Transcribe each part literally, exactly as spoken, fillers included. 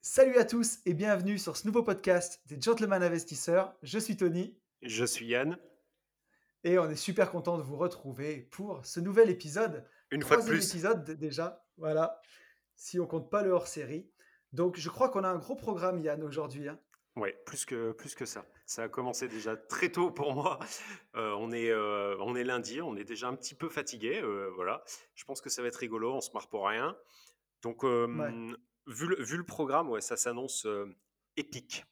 Salut à tous et bienvenue sur ce nouveau podcast des Gentlemen Investisseurs. Je suis Tony Je suis Yann, et on est super content de vous retrouver pour ce nouvel épisode, une fois de troisième plus. épisode d- déjà, voilà, si on compte pas le hors-série. Donc je crois qu'on a un gros programme Yann aujourd'hui, hein. Ouais, plus que, plus que ça. Ça a commencé déjà très tôt pour moi. Euh, on est, euh, on est lundi, on est déjà un petit peu fatigué. Euh, voilà. Je pense que ça va être rigolo, on se marre pour rien. Donc, Ouais, euh, vu, le, vu le programme, ouais, ça s'annonce euh, épique.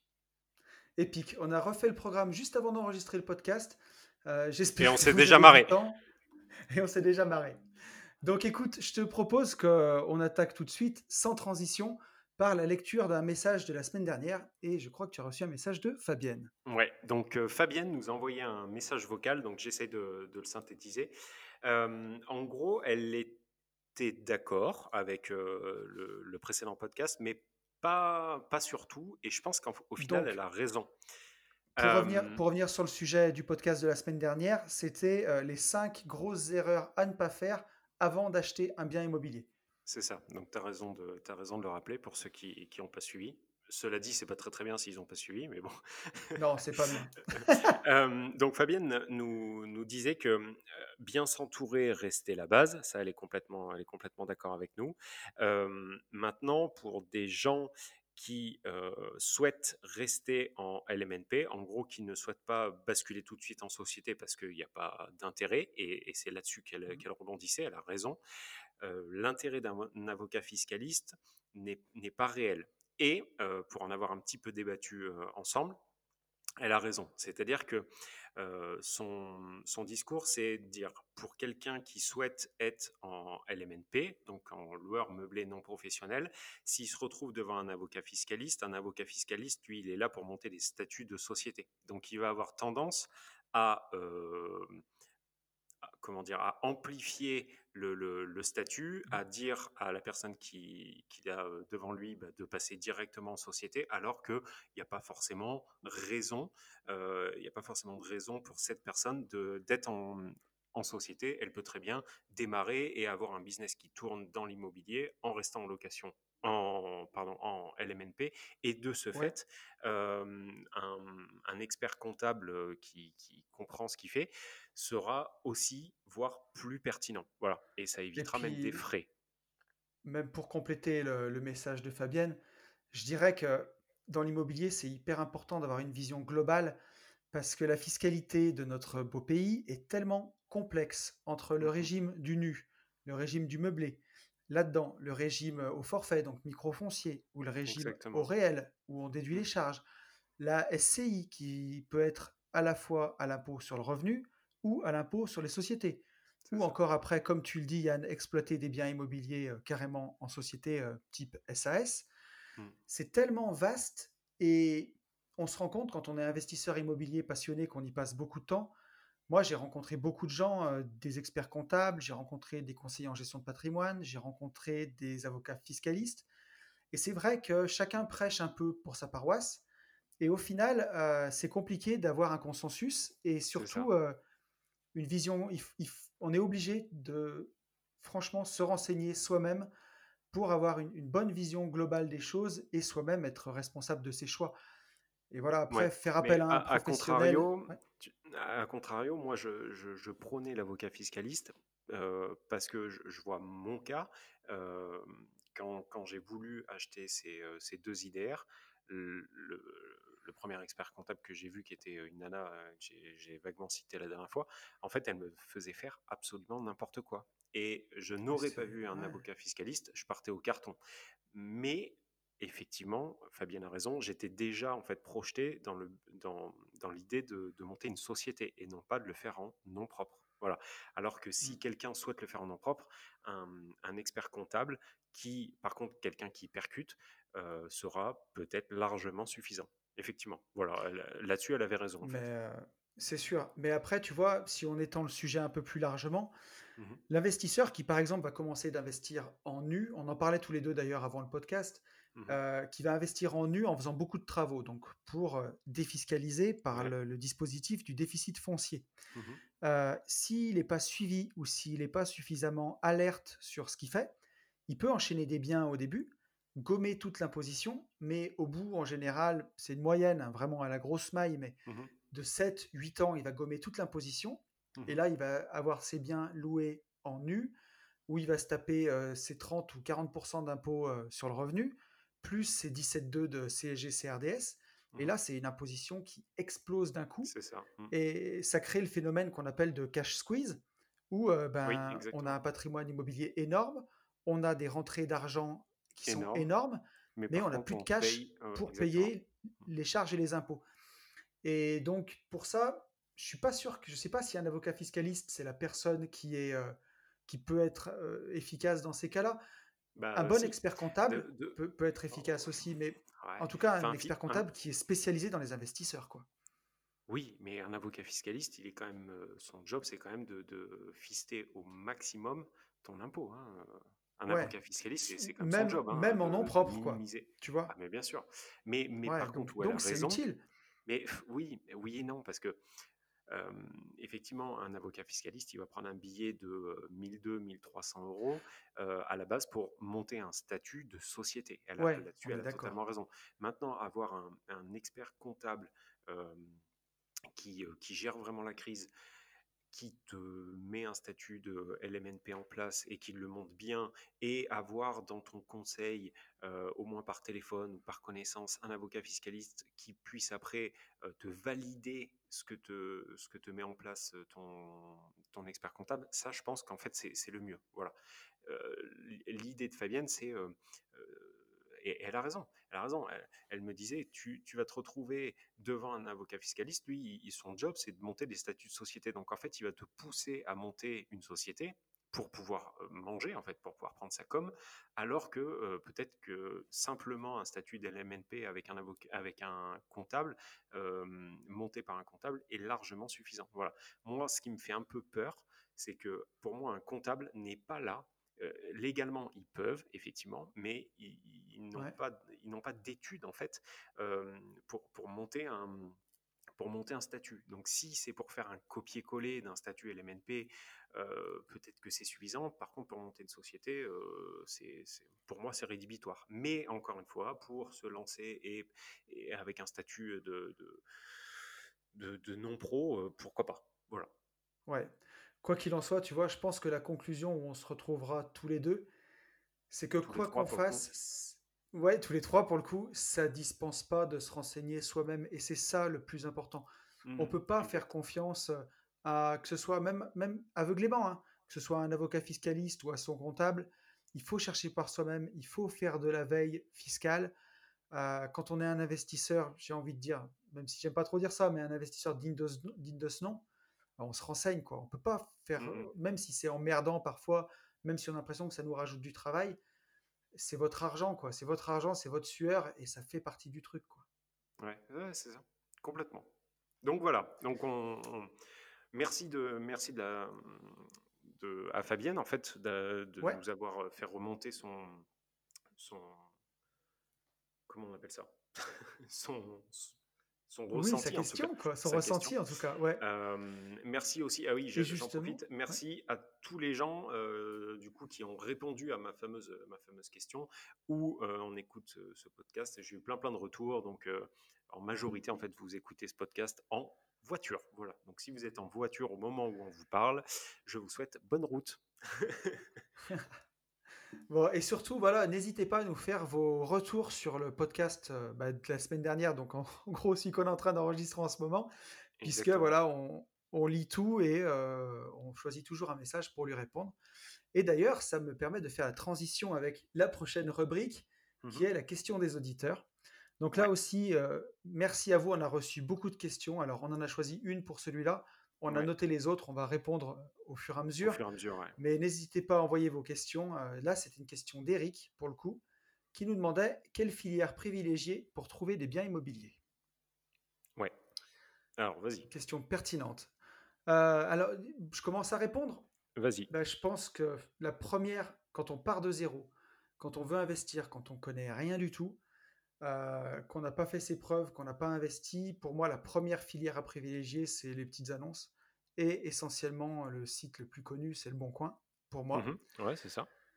épique. On a refait le programme juste avant d'enregistrer le podcast. Euh, Et j'espère on que s'est vous déjà avez du marré. temps et on s'est déjà marré. Donc écoute, je te propose qu'on attaque tout de suite, sans transition, par la lecture d'un message de la semaine dernière. Et je crois que tu as reçu un message de Fabienne. Ouais, donc euh, Fabienne nous a envoyé un message vocal, donc j'essaie de, de le synthétiser. Euh, en gros, elle était d'accord avec euh, le, le précédent podcast, mais pas, pas sur tout, et je pense qu'au final, elle Donc, a raison. pour revenir, Euh, pour revenir sur le sujet du podcast de la semaine dernière, c'était euh, les cinq grosses erreurs à ne pas faire avant d'acheter un bien immobilier. c'est ça, donc tu as raison de, t'as raison de le rappeler pour ceux qui n'ont pas suivi. Cela dit, c'est pas très très bien s'ils n'ont pas suivi, mais bon. Non, c'est pas bien. Euh, donc Fabienne nous, nous disait que euh, bien s'entourer restait la base, ça elle est complètement, elle est complètement d'accord avec nous. Euh, maintenant, pour des gens qui euh, souhaitent rester en L M N P, en gros qui ne souhaitent pas basculer tout de suite en société parce qu'il n'y a pas d'intérêt, et, et c'est là-dessus qu'elle qu'elle rebondissait, elle a raison, euh, l'intérêt d'un avocat fiscaliste n'est n'est pas réel. Et euh, pour en avoir un petit peu débattu euh, ensemble, elle a raison. C'est-à-dire que euh, son, son discours, c'est de dire pour quelqu'un qui souhaite être en L M N P, donc en loueur meublé non professionnel, s'il se retrouve devant un avocat fiscaliste, un avocat fiscaliste, lui, il est là pour monter des statuts de société. Donc il va avoir tendance à, euh, comment dire, à amplifier le, le, le, statut, à dire à la personne qui, qui a devant lui bah, de passer directement en société, alors qu'il n'y a pas forcément raison, euh, il n'y a pas forcément de raison pour cette personne de, d'être en, en société. Elle peut très bien démarrer et avoir un business qui tourne dans l'immobilier en restant en location, en, pardon, en L M N P, et de ce Ouais. fait, euh, un, un expert comptable qui, qui comprend ce qu'il fait sera aussi, voire plus pertinent. Voilà. Et ça Et évitera même des puis, frais. même pour compléter le, le message de Fabienne, je dirais que dans l'immobilier, c'est hyper important d'avoir une vision globale parce que la fiscalité de notre beau pays est tellement complexe entre le Mhm. régime du nu, le régime du meublé, là-dedans, le régime au forfait, donc microfoncier, ou le régime au Exactement. réel, où on déduit les Mm. charges, la S C I qui peut être à la fois à l'impôt sur le revenu ou à l'impôt sur les sociétés, C'est ou ça. encore après, comme tu le dis, Yann, exploiter des biens immobiliers euh, carrément en société euh, type S A S. Mm. C'est tellement vaste et on se rend compte quand on est investisseur immobilier passionné qu'on y passe beaucoup de temps. Moi, j'ai rencontré beaucoup de gens, euh, des experts comptables, j'ai rencontré des conseillers en gestion de patrimoine, j'ai rencontré des avocats fiscalistes. Et c'est vrai que chacun prêche un peu pour sa paroisse. Et au final, euh, c'est compliqué d'avoir un consensus et C'est surtout ça. euh, une vision. Il, il, on est obligé de franchement se renseigner soi-même pour avoir une, une, bonne vision globale des choses et soi-même être responsable de ses choix. Et voilà, Ouais. après, faire appel Mais à un à, à professionnel. contrario, Ouais, tu- à contrario, moi, je, je, je prônais l'avocat fiscaliste euh, parce que je, je vois mon cas. euh, quand quand j'ai voulu acheter ces, euh, ces deux I D R, le, le- le premier expert comptable que j'ai vu, qui était une nana euh, que j'ai j'ai vaguement cité la dernière fois, en fait, elle me faisait faire absolument n'importe quoi. Et je mais n'aurais pas c'est. vu un Ouais. avocat fiscaliste, je partais au carton. Mais effectivement, Fabienne a raison, j'étais déjà en fait projeté dans le dans, dans l'idée de, de monter une société et non pas de le faire en nom propre. Voilà. Alors que si Mm. quelqu'un souhaite le faire en nom propre, un, un expert comptable qui, par contre, quelqu'un qui percute, euh, sera peut-être largement suffisant. Effectivement. Voilà. Elle- Là-dessus, elle avait raison en Mais fait. euh, c'est sûr. Mais après, tu vois, si on étend le sujet un peu plus largement, Mhm. l'investisseur qui, par exemple, va commencer d'investir en nu, on en parlait tous les deux d'ailleurs avant le podcast, Mhm. euh, qui va investir en nu en faisant beaucoup de travaux, donc pour euh, défiscaliser par Ouais. le, le dispositif du déficit foncier. Mhm. Euh, s'il n'est pas suivi ou s'il n'est pas suffisamment alerte sur ce qu'il fait, il peut enchaîner des biens au début, gommer toute l'imposition, mais au bout, en général, c'est une moyenne, hein, vraiment à la grosse maille, mais Mmh mh. de sept huit ans, il va gommer toute l'imposition. Mmh Et mh. là, il va avoir ses biens loués en nu, où il va se taper euh, ses trente ou quarante pour cent d'impôts euh, sur le revenu, plus ses dix-sept virgule deux de C S G C R D S. Et Mmh. là, c'est une imposition qui explose d'un coup. C'est ça. Mmh. Et ça crée le phénomène qu'on appelle de cash squeeze, où euh, Oui, ben, on a exactement. un patrimoine immobilier énorme, on a des rentrées d'argent qui sont Énorme, énormes, mais mais par on n'a contre plus de on cash paye, heu, pour exactement. payer Mmh. les charges et les impôts. Et donc, pour ça, je suis pas sûr que je sais pas si un avocat fiscaliste, c'est la personne qui est euh, qui peut être euh, efficace dans ces cas-là. Un Bah, bon si, expert de comptable de peut, peut être oh, efficace aussi, mais ouais, en tout cas, un enfin, fi expert un comptable qui est spécialisé dans les investisseurs, quoi. oui, mais un avocat fiscaliste, il est quand même, heu, son job, c'est quand même de de fister au maximum ton impôt, hein, heu. Un Ouais, avocat fiscaliste, c'est c'est quand même son même, job, hein, même en nom de de propre, quoi. minimiser. Tu Ah vois? mais bien sûr, mais mais Ouais, par donc contre, où elle a donc c'est raison, utile. mais pff, oui, oui et non, parce que, hem, effectivement, un avocat fiscaliste, il va prendre un billet de, heu, mille deux cents-mille trois cents €, heu, à la base pour monter un statut de société. Elle a Ouais, là-dessus, on elle est a totalement d'accord. raison. Maintenant, avoir un un expert comptable, hem qui, euh, qui gère vraiment la crise, qui te met un statut de L M N P en place et qui le monte bien, et avoir dans ton conseil, euh, au moins par téléphone ou par connaissance, un avocat fiscaliste qui puisse après euh, te valider ce que te, ce que te met en place euh, ton, ton expert comptable, ça je pense qu'en fait c'est c'est le mieux. Voilà. Euh, L'idée de Fabienne, c'est... euh, euh, et elle a raison, elle a raison. Elle, elle me disait, tu, tu, vas te retrouver devant un avocat fiscaliste. Lui, il, son job, c'est de monter des statuts de société. Donc, en fait, il va te pousser à monter une société pour pouvoir euh, manger, en fait, pour pouvoir prendre sa com, alors que euh, peut-être que simplement un statut d'L M N P avec un, avocat, avec un comptable, euh, monté par un comptable, est largement suffisant. Voilà. Moi, ce qui me fait un peu peur, c'est que pour moi, un comptable n'est pas là. Euh, légalement, ils peuvent, effectivement, mais ils, ils n'ont Ouais, pas, ils n'ont pas d'études, en fait, euh, pour, pour monter un, pour monter un statut. Donc si c'est pour faire un copier-coller d'un statut L M N P, euh, peut-être que c'est suffisant. Par contre, pour monter une société, euh, c'est, c'est- pour moi, c'est rédhibitoire. Mais encore une fois, pour se lancer et, et avec un statut de, de, de, de non-pro, euh, pourquoi pas. Voilà. ouais. Quoi qu'il en soit, tu vois, je pense que la conclusion où on se retrouvera tous les deux, c'est que Tous les quoi qu'on trois, pour le coup. fasse, c- ouais, tous les trois pour le coup, ça dispense pas de se renseigner soi-même, et c'est ça le plus important. On Mhm, peut pas faire exact. confiance à que ce soit même, même aveuglément, hein, que ce soit un avocat fiscaliste ou à son comptable. Il faut chercher par soi-même, il faut faire de la veille fiscale. Euh, quand on est un investisseur, j'ai envie de dire, même si j'aime pas trop dire ça, mais un investisseur digne de, ce- digne de ce nom, ben, on se renseigne, quoi. On peut pas faire, Mhm. même si c'est emmerdant parfois, même si on a l'impression que ça nous rajoute du travail, c'est votre argent, quoi. C'est votre argent, c'est votre sueur, et ça fait partie du truc, quoi. Ouais, ouais, c'est ça, complètement. Donc voilà, donc on, on- merci de merci de la de à Fabienne en fait de, de Ouais, nous avoir fait remonter son son comment on appelle ça son son oui, sa ressenti en tout cas, question, quoi, son sa question. ressenti en tout cas, ouais. Euh, merci aussi, ah oui, Et je- j'en justement, profite, ouais. merci à tous les gens euh, du coup qui ont répondu à ma fameuse, ma fameuse question où euh, on écoute euh, ce podcast. J'ai eu plein plein de retours, donc euh, en majorité en fait vous écoutez ce podcast en voiture. Voilà, donc si vous êtes en voiture au moment où on vous parle, je vous souhaite bonne route. Bon, et surtout, voilà, n'hésitez pas à nous faire vos retours sur le podcast euh, bah, de la semaine dernière, donc en, en gros, celui qu'on est en train d'enregistrer en ce moment, puisque Exactement. voilà, on, on lit tout et euh, on choisit toujours un message pour lui répondre. Et d'ailleurs, ça me permet de faire la transition avec la prochaine rubrique, qui Mhm. est la question des auditeurs. Donc là Ouais, aussi, euh, merci à vous, on a reçu beaucoup de questions. Alors, on en a choisi une pour celui-là. On a ouais, noté les autres, on va répondre au fur et à au mesure. fur et à mesure, ouais. Mais n'hésitez pas à envoyer vos questions. Euh, là, c'est une question d'Eric, pour le coup, qui nous demandait quelle filière privilégier pour trouver des biens immobiliers. Ouais. Alors, C'est vas-y, une question pertinente. Euh, alors, je commence à répondre. vas-y. Ben, je pense que la première, quand on part de zéro, quand on veut investir, quand on connaît rien du tout, euh, qu'on n'a pas fait ses preuves, qu'on n'a pas investi, pour moi, la première filière à privilégier, c'est les petites annonces. Et essentiellement, le site le plus connu, c'est Le Bon Coin, pour moi. Mhm. Ouais, c'est ça.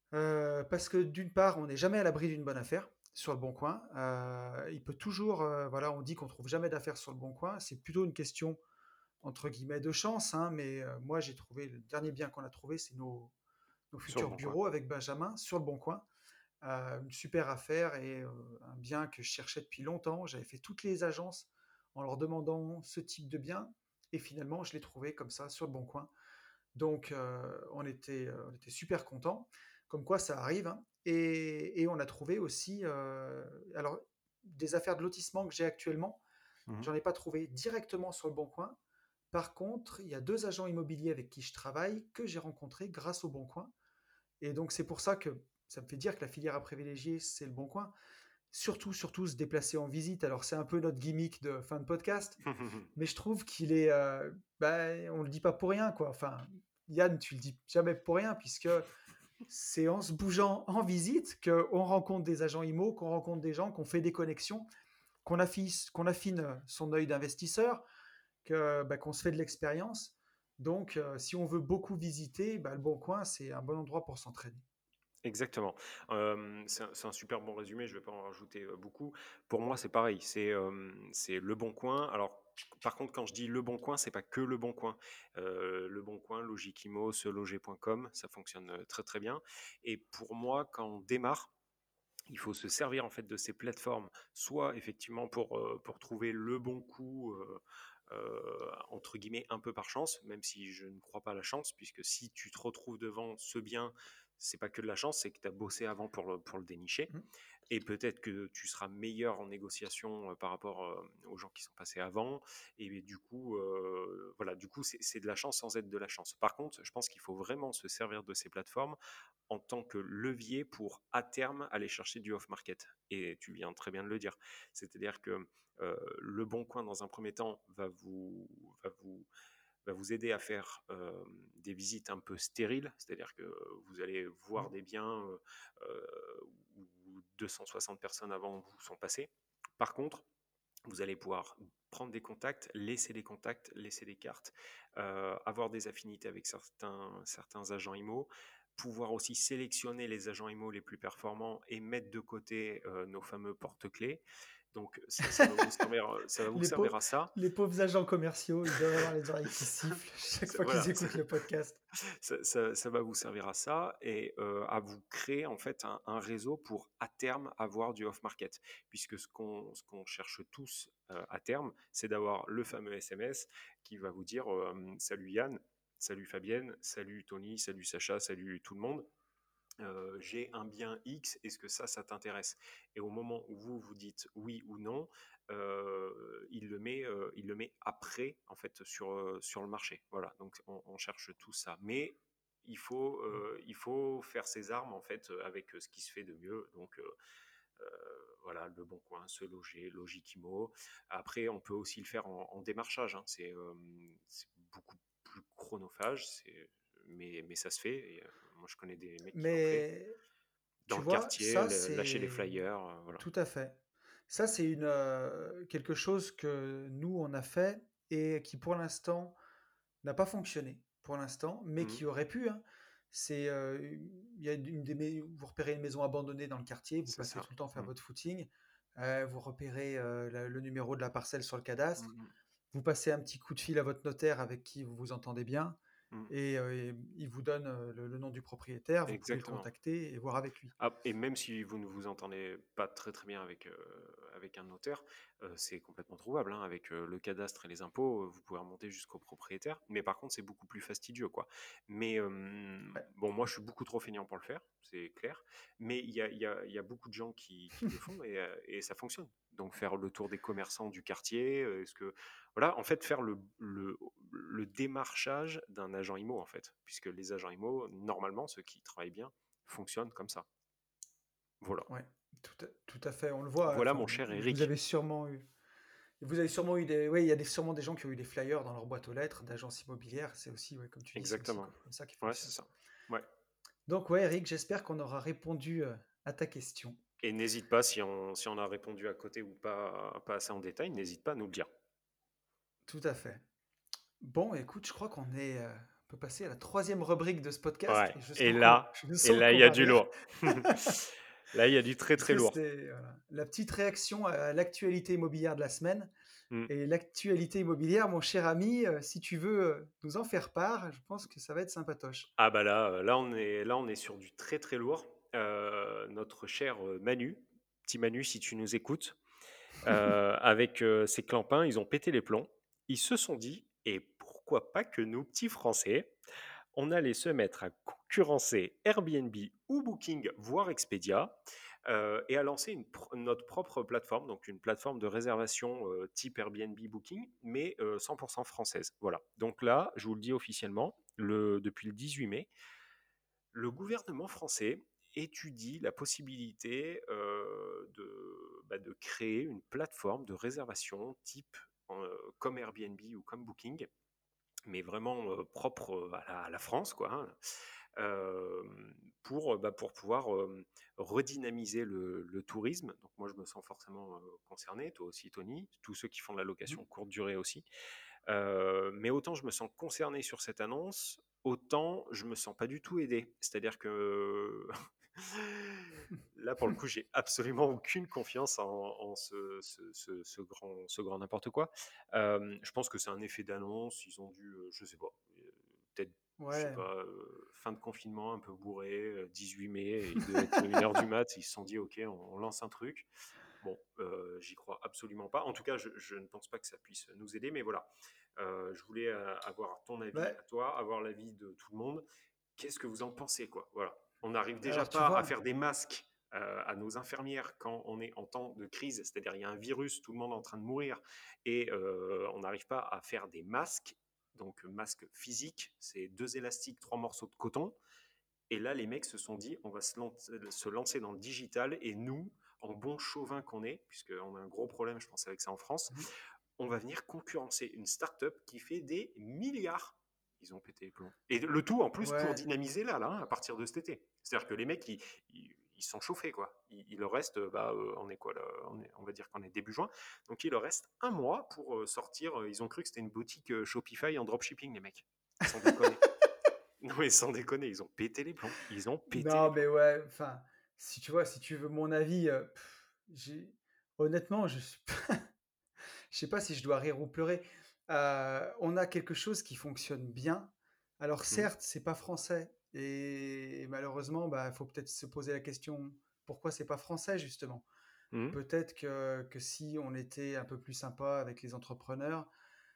Heu, parce que d'une part, on n'est jamais à l'abri d'une bonne affaire sur le bon coin. Heu, il peut toujours, heu, voilà, on dit qu'on trouve jamais d'affaires sur le bon coin. C'est plutôt une question entre guillemets «de chance», hein, mais heu, moi j'ai trouvé le dernier bien qu'on a trouvé, c'est nos nos Sur le futurs bon coin. bureaux avec Benjamin sur le bon coin. Heu, une super affaire et heu, un bien que je cherchais depuis longtemps. J'avais fait toutes les agences en leur demandant ce type de bien et finalement je l'ai trouvé comme ça sur le bon coin. Donc heu, on était, heu, on était super contents, comme quoi ça arrive, hein, et et on a trouvé aussi, heu, alors des affaires de lotissement que j'ai actuellement, Mmh. j'en ai pas trouvé directement sur le bon coin. Par contre, il y a deux agents immobiliers avec qui je travaille que j'ai rencontrés grâce au bon coin et donc c'est pour ça que ça me fait dire que la filière à privilégier, c'est le bon coin. Surtout, surtout se déplacer en visite. Alors c'est un peu notre gimmick de fin de podcast, mais je trouve qu'il est, heu, bah, on le dit pas pour rien, quoi. Enfin, Yann, tu le dis jamais pour rien puisque c'est en se bougeant en visite qu'on rencontre des agents immo, qu'on rencontre des gens, qu'on fait des connexions, qu'on affis qu'on affine son œil d'investisseur, que, bah, qu'on se fait de l'expérience. Donc heu, si on veut beaucoup visiter, bah, le Bon Coin, c'est un bon endroit pour s'entraîner. Exactement. Hem, c'est un c'est un super bon résumé, je vais pas en rajouter, heu, beaucoup. Pour moi, c'est pareil, c'est, hem, c'est Le Bon Coin. Alors, par contre, quand je dis Le Bon Coin, c'est pas que Le Bon Coin. Heu, Le Bon Coin, Logikimo, seloger point com, ça fonctionne, heu, très, très bien et pour moi, quand on démarre, il faut se servir en fait de ces plateformes, soit effectivement pour, heu, pour trouver le bon coup, heu heu, entre guillemets «un peu par chance», même si je ne crois pas à la chance, puisque si tu te retrouves devant ce bien, c'est pas que de la chance, c'est que tu as bossé avant pour le pour le dénicher Mmh. et peut-être que tu seras meilleur en négociation, heu, par rapport, heu, aux gens qui sont passés avant et du coup, heu, voilà, du coup, c'est c'est de la chance sans être de la chance. Par contre, je pense qu'il faut vraiment se servir de ces plateformes en tant que levier pour, à terme, aller chercher du off-market. Et tu viens très bien de le dire. C'est-à-dire que euh, le bon coin, dans un premier temps, va vous, va vous, va vous aider à faire euh, des visites un peu stériles, c'est-à-dire que vous allez voir Mmh. des biens euh, euh, où deux cent soixante personnes avant vous sont passées. Par contre, vous allez pouvoir prendre des contacts, laisser des contacts, laisser des cartes, euh, avoir des affinités avec certains, certains agents IMO, pouvoir aussi sélectionner les agents IMO les plus performants et mettre de côté euh, nos fameux porte-clés. Donc ça, ça va vous servir, ça va vous Les servir pau à ça. les pauvres agents commerciaux, ils doivent avoir les oreilles qui sifflent chaque Ça- fois qu'ils voilà, ça, écoutent le podcast. ça- ça- ça va vous servir à ça et euh, à vous créer en fait un, un réseau pour à terme avoir du off-market. Puisque ce qu'on ce qu'on cherche tous euh, à terme, c'est d'avoir le fameux S M S qui va vous dire euh, salut Yann, salut Fabienne, salut Tony, salut Sacha, salut tout le monde. Euh, j'ai un bien X, est-ce que ça, ça t'intéresse? Et au moment où vous vous dites oui ou non, euh, il, le met, euh, il le met après, en fait, sur, euh, sur le marché. Voilà, donc on, on cherche tout ça. Mais il faut, euh, il faut faire ses armes, en fait, avec ce qui se fait de mieux. Donc, euh, euh, voilà, Le Bon Coin, Se Loger, Logikimo. Après, on peut aussi le faire en, en démarchage. Hein. C'est euh, c'est beaucoup plus chronophage, c'est- mais, mais ça se fait. Et, euh, moi, je connais des mecs qui l'ont fait. Mais Dans tu le vois, quartier, ça, le- lâcher les c'est flyers, euh, voilà. tout à fait. Ça, c'est une, heu, quelque chose que nous, on a fait et qui, pour l'instant, n'a pas fonctionné, pour l'instant, mais Mhm. qui aurait pu, hein. C'est, heu, il y a une des mais vous repérez une maison abandonnée dans le quartier, vous C'est passez ça. tout le temps faire Mhm. votre footing, heu, vous repérez, heu, la le numéro de la parcelle sur le cadastre, Mhm. vous passez un petit coup de fil à votre notaire avec qui vous vous entendez bien Mhm. et heu, et il vous donne, heu, le le nom du propriétaire, vous pouvez le Exactement. contacter et voir avec lui. Ah, et même si vous ne vous entendez pas très très bien avec, euh, avec un notaire, euh, c'est complètement trouvable. Hein. Avec euh, le cadastre et les impôts, euh, vous pouvez remonter jusqu'au propriétaire. Mais par contre, c'est beaucoup plus fastidieux, quoi. Mais euh, Ouais. bon, moi, je suis beaucoup trop feignant pour le faire, c'est clair. Mais il y a, il y a- il y a beaucoup de gens qui, qui le font et, euh, et ça fonctionne. Donc, faire le tour des commerçants du quartier, euh, est-ce que voilà, en fait, faire le, le, le démarchage d'un agent IMO, en fait, puisque les agents IMO, normalement, ceux qui travaillent bien, fonctionnent comme ça. Voilà. Ouais, tout à tout à fait, on le voit, Voilà, mon enfin, cher vous Eric. avez sûrement eu vous avez sûrement eu des oui, il y a des sûrement des gens qui ont eu des flyers dans leur boîte aux lettres d'agences immobilières, c'est aussi, ouais, comme tu dis, c'est aussi Exactement. comme comme ça qu'ils Ouais, c'est fonctionnent. ça. Ouais. Donc ouais, Eric, j'espère qu'on aura répondu, heu, à ta question. Et n'hésite pas, si on, si on a répondu à côté ou pas, pas assez en détail, n'hésite pas à nous le dire. Tout à fait. Bon, écoute, je crois qu'on est, heu, On peut passer à la troisième rubrique de ce podcast Ouais et je et sens qu'on là je et sens là, il qu'on y a va du rire. lourd. Là, il y a du très, très Puisque lourd. c'est, voilà, la petite réaction à l'actualité immobilière de la semaine Mmh. et l'actualité immobilière, mon cher ami, heu, si tu veux, heu, nous en faire part, je pense que ça va être sympatoche. Ah bah là, heu, là on est là on est sur du très, très lourd. Heu, notre cher, heu, Manu, petit Manu si tu nous écoutes, heu, avec, heu, ses clampins, ils ont pété les plombs. Ils se sont dit: «Et pourquoi pas que nous, petits Français, on allait se mettre à concurrencer Airbnb ou Booking, voire Expedia, heu, et à lancer une pro notre propre plateforme», donc une plateforme de réservation, heu, type Airbnb, Booking, mais heu, cent pour cent française. Voilà. Donc là, je vous le dis officiellement, le depuis le dix-huit mai, le gouvernement français étudie la possibilité, heu, de, bah, de créer une plateforme de réservation type, heu, comme Airbnb ou comme Booking, mais vraiment, heu, propre, heu, à la à la France quoi, hein, hem, pour, heu, bah, pour pouvoir, hem, redynamiser le le tourisme. Donc moi, je me sens forcément, heu, concerné, toi aussi Tony, tous ceux qui font de la Mmh. location courte durée aussi. Heu, mais autant je me sens concerné sur cette annonce, autant je me sens pas du tout aidé. C'est-à-dire que là, pour le coup, j'ai absolument aucune confiance en en ce ce ce ce grand ce grand n'importe quoi. Hem, je pense que c'est un effet d'annonce. Ils ont dû, heu, je sais pas, heu, peut-être, je sais Ouais, pas, heu, fin de confinement, un peu bourré, heu, dix-huit mai, et il devait être une heure du mat. Ils se sont dit: «OK, on on lance un truc». Bon, heu, j'y crois absolument pas. En tout cas, je je ne pense pas que ça puisse nous aider, mais voilà. Heu, je voulais, heu, avoir ton avis bah, à toi, avoir l'avis de tout le monde. Qu'est-ce que vous en pensez, quoi? Voilà. On n'arrive déjà alors tu pas à vois? faire des masques, heu, à nos infirmières quand on est en temps de crise, c'est-à-dire il y a un virus, tout le monde est en train de mourir et heu, on n'arrive pas à faire des masques, donc masques physiques, c'est deux élastiques, trois morceaux de coton, et là, les mecs se sont dit: «On va se lancer se lancer dans le digital, et nous, en bons chauvins qu'on est», puisqu'on a un gros problème, je pense, avec ça en France, Mmh. on va venir concurrencer une start-up qui fait des milliards. Ils ont pété les plombs. Et le tout, en plus, pour Ouais, dynamiser là, là, à partir de cet été. C'est-à-dire que les mecs, ils, ils, ils sont chauffés, quoi. Il, il leur reste, bah, euh, on est quoi là, on, est- on va dire qu'on est début juin. Donc il leur reste un mois pour euh, sortir. euh, Ils ont cru que c'était une boutique euh, Shopify en dropshipping, les mecs. Sans déconner. Non, mais sans déconner, ils ont pété les plombs. Ils ont pété les non, plombs. mais ouais, enfin, si tu vois, si tu veux mon avis, heu, j'ai honnêtement, je suis je sais pas si je dois rire ou pleurer. Heu, on a quelque chose qui fonctionne bien. Alors Mhm, certes, c'est pas français et malheureusement, bah, il faut peut-être se poser la question: «Pourquoi c'est pas français?» justement. mhm, Peut-être que que si on était un peu plus sympa avec les entrepreneurs,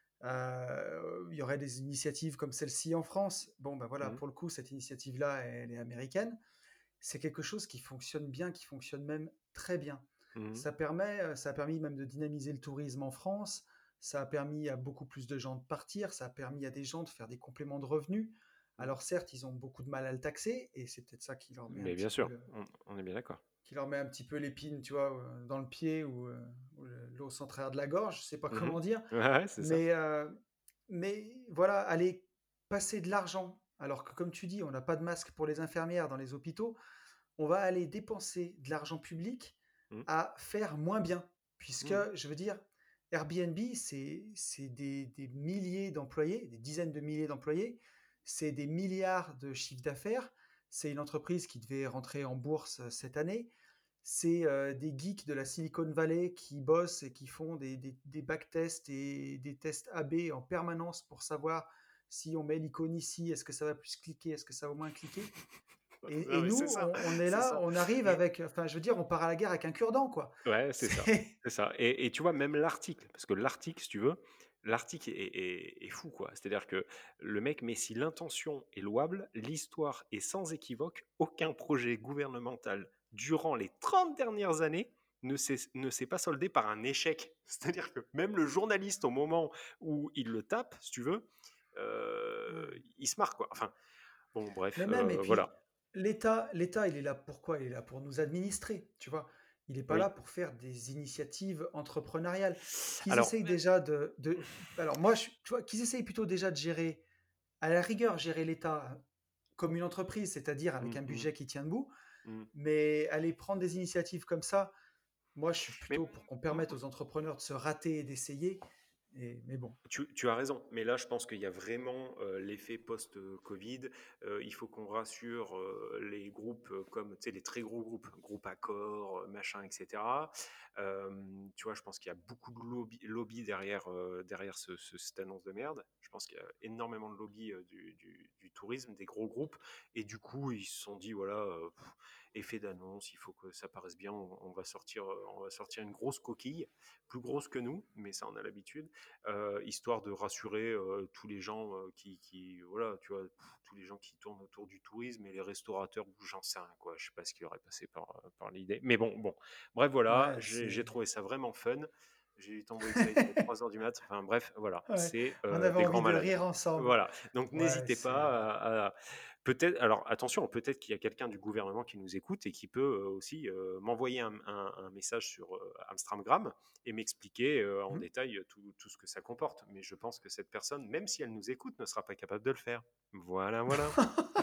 heu, il y aurait des initiatives comme celle-ci en France. Bon, bah, voilà, mhm, pour le coup, cette initiative-là, elle est américaine. C'est quelque chose qui fonctionne bien, qui fonctionne même très bien. mhm, Ça permet, heu, ça a permis même de dynamiser le tourisme en France. Ça a permis à beaucoup plus de gens de partir. Ça a permis à des gens de faire des compléments de revenus. mhm. Alors certes, ils ont beaucoup de mal à le taxer et c'est peut-être ça qui leur met un Mais petit bien peu sûr, le on, on est bien d'accord. qui leur met un petit peu l'épine, tu vois, heu, dans le pied ou, heu, ou le l'os au centraire de la gorge, je sais pas Mhm. comment dire. Ouais, ouais, c'est ça. Mais, heu, mais voilà, aller passer de l'argent, alors que comme tu dis, on n'a pas de masque pour les infirmières dans les hôpitaux, on va aller dépenser de l'argent public Mhm, à faire moins bien. Puisque, mhm, je veux dire, Airbnb, c'est c'est des, des milliers d'employés, des dizaines de milliers d'employés, c'est des milliards de chiffres d'affaires, c'est une entreprise qui devait rentrer en bourse euh, cette année, c'est euh, des geeks de la Silicon Valley qui bossent et qui font des, des, des backtests et des tests A B en permanence pour savoir si on met l'icône ici, est-ce que ça va plus cliquer, est-ce que ça va moins cliquer. Et, Non, et mais nous, c'est ça, on, on est c'est là, ça. on arrive Et avec, enfin, je veux dire, on part à la guerre avec un cure-dent, quoi. ouais, c'est ça, C'est, c'est ça. Et, et tu vois, même l'article, parce que l'article, si tu veux, l'article est, est- est fou, quoi. C'est-à-dire que le mec met: si l'intention est louable, l'histoire est sans équivoque, aucun projet gouvernemental durant les trente dernières années ne s'est, ne s'est pas soldé par un échec. C'est-à-dire que même le journaliste, au moment où il le tape, si tu veux, euh, ouais. il se marre, quoi. Enfin, bon, Mais bref, même, et euh, puis, voilà. l'État, l'État, il est là pourquoi? Il est là pour nous administrer, tu vois. Il n'est pas là Oui. pour faire des initiatives entrepreneuriales. Qu'ils Alors, essayent déjà de, de- alors moi, je- tu vois, qu'ils essayent plutôt déjà de gérer, à la rigueur, gérer l'État comme une entreprise, c'est-à-dire avec hum, un hum, budget qui tient debout, hum. mais aller prendre des initiatives comme ça, moi, je suis Mais plutôt pour qu'on permette aux entrepreneurs de se rater et d'essayer. Et, mais bon. Tu, tu as raison, mais là je pense qu'il y a vraiment euh, l'effet post-Covid. Euh, il faut qu'on rassure euh, les groupes euh, comme, tu sais, les très gros groupes, groupe Accor, euh, machin, et cetera. Euh, tu vois, je pense qu'il y a beaucoup de lobby, lobby derrière, euh, derrière ce, ce- cette annonce de merde. Je pense qu'il y a énormément de lobby euh, du, du- du tourisme, des gros groupes, et du coup ils se sont dit, voilà, euh, pff, effet d'annonce, il faut que ça paraisse bien, on, on va sortir, euh, on va sortir une grosse coquille, plus grosse que nous, mais ça on a l'habitude, euh, histoire de rassurer euh, tous les gens euh, qui, qui, voilà, tu vois, pff, tous les gens qui tournent autour du tourisme et les restaurateurs, ou j'en sais rien, quoi. Je sais pas ce qui aurait passé par, par l'idée. Mais bon, bon. Bref, voilà, Ouais, j'ai j'ai c'est. trouvé ça vraiment fun. J'ai eu Tomboy X, il était trois heures du mat. Enfin bref, voilà, Ouais, c'est on euh, avait des grands envie de malades. rire ensemble. Voilà, donc Ouais, n'hésitez c'est. pas à, à- peut-être, alors attention, peut-être qu'il y a quelqu'un du gouvernement qui nous écoute et qui peut euh, aussi euh, m'envoyer un, un- un message sur euh, Amstramgram et m'expliquer euh, en Hmm. détail tout, tout ce que ça comporte. Mais je pense que cette personne, même si elle nous écoute, ne sera pas capable de le faire. Voilà, voilà.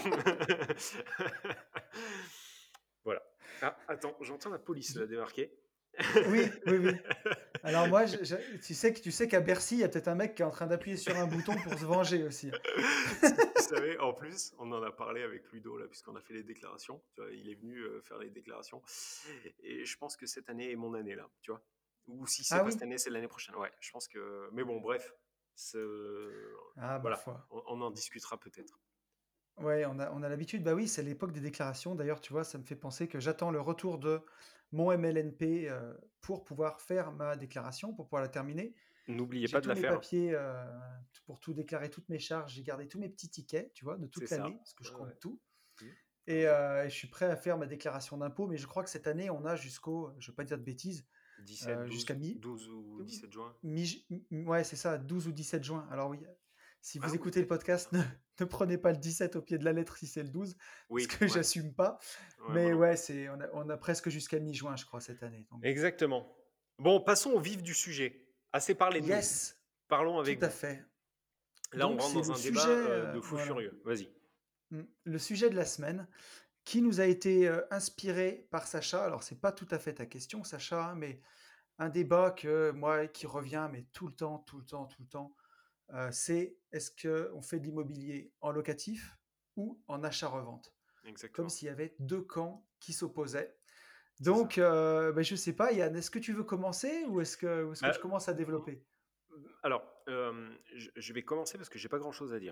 Voilà. Ah, attends, j'entends la police là Je- débarquer. Oui, oui, oui. Alors moi, je- je- tu sais que tu sais qu'à Bercy, il y a peut-être un mec qui est en train d'appuyer sur un bouton pour se venger aussi. Si tu savais, en plus, on en a parlé avec Ludo, là, puisqu'on a fait les déclarations. Tu vois, il est venu euh, faire les déclarations. Et je pense que cette année est mon année, là, tu vois. Ou si c'est Ah pas cette oui? année, c'est l'année prochaine. Ouais, je pense que. Mais bon, bref. c'est- Ah, ma Voilà, foi. on, on en discutera peut-être. Ouais, on a, on a l'habitude. Bah oui, c'est l'époque des déclarations. D'ailleurs, tu vois, ça me fait penser que j'attends le retour de mon M L N P euh, pour pouvoir faire ma déclaration, pour pouvoir la terminer. N'oubliez J'ai pas de tous la mes faire. papiers euh, pour tout déclarer, toutes mes charges. J'ai gardé tous mes petits tickets, tu vois, de C'est toute ça. l'année, parce que je Ouais, ouais. compte tout. Mmh. T'as Et, raison. euh, et je suis prêt à faire ma déclaration d'impôt. Mais je crois que cette année, on a jusqu'au, je ne veux pas dire de bêtises, dix-sept, euh, jusqu'à douze, mi, douze ou dix-sept juin. mi, mi- ouais, c'est ça, douze ou dix-sept juin. Alors oui, si Ah vous oui, écoutez le peut-être. podcast, ne, ne prenez pas le dix-sept au pied de la lettre si c'est le douze, parce Oui, que ouais. j'assume pas. Ouais, moi Mais non ouais, plus. c'est, on a, on a presque jusqu'à mi-juin, je crois, cette année. Donc, Exactement. Bon, passons au vif du sujet. Assez parlé de nous. yes, Parlons tout avec à vous. fait. Là, on Donc rentre c'est dans le un sujet, débat euh, euh, de fou voilà. furieux. Vas-y. Mm. Le sujet de la semaine qui nous a été euh, inspiré par Sacha. Alors, c'est pas tout à fait ta question, Sacha, hein, mais un débat que moi qui revient, mais tout le temps, tout le temps, tout le temps, euh, c'est est-ce qu'on fait de l'immobilier en locatif ou en achat-revente? Comme Exactement. s'il y avait deux camps qui s'opposaient. C'est ça. Donc, euh, ben, je sais pas, Yann, est-ce que tu veux commencer ou est-ce que, ou est-ce que Bah, je commence à m- développer? alors, euh, je, je vais commencer parce que j'ai pas grand-chose à dire.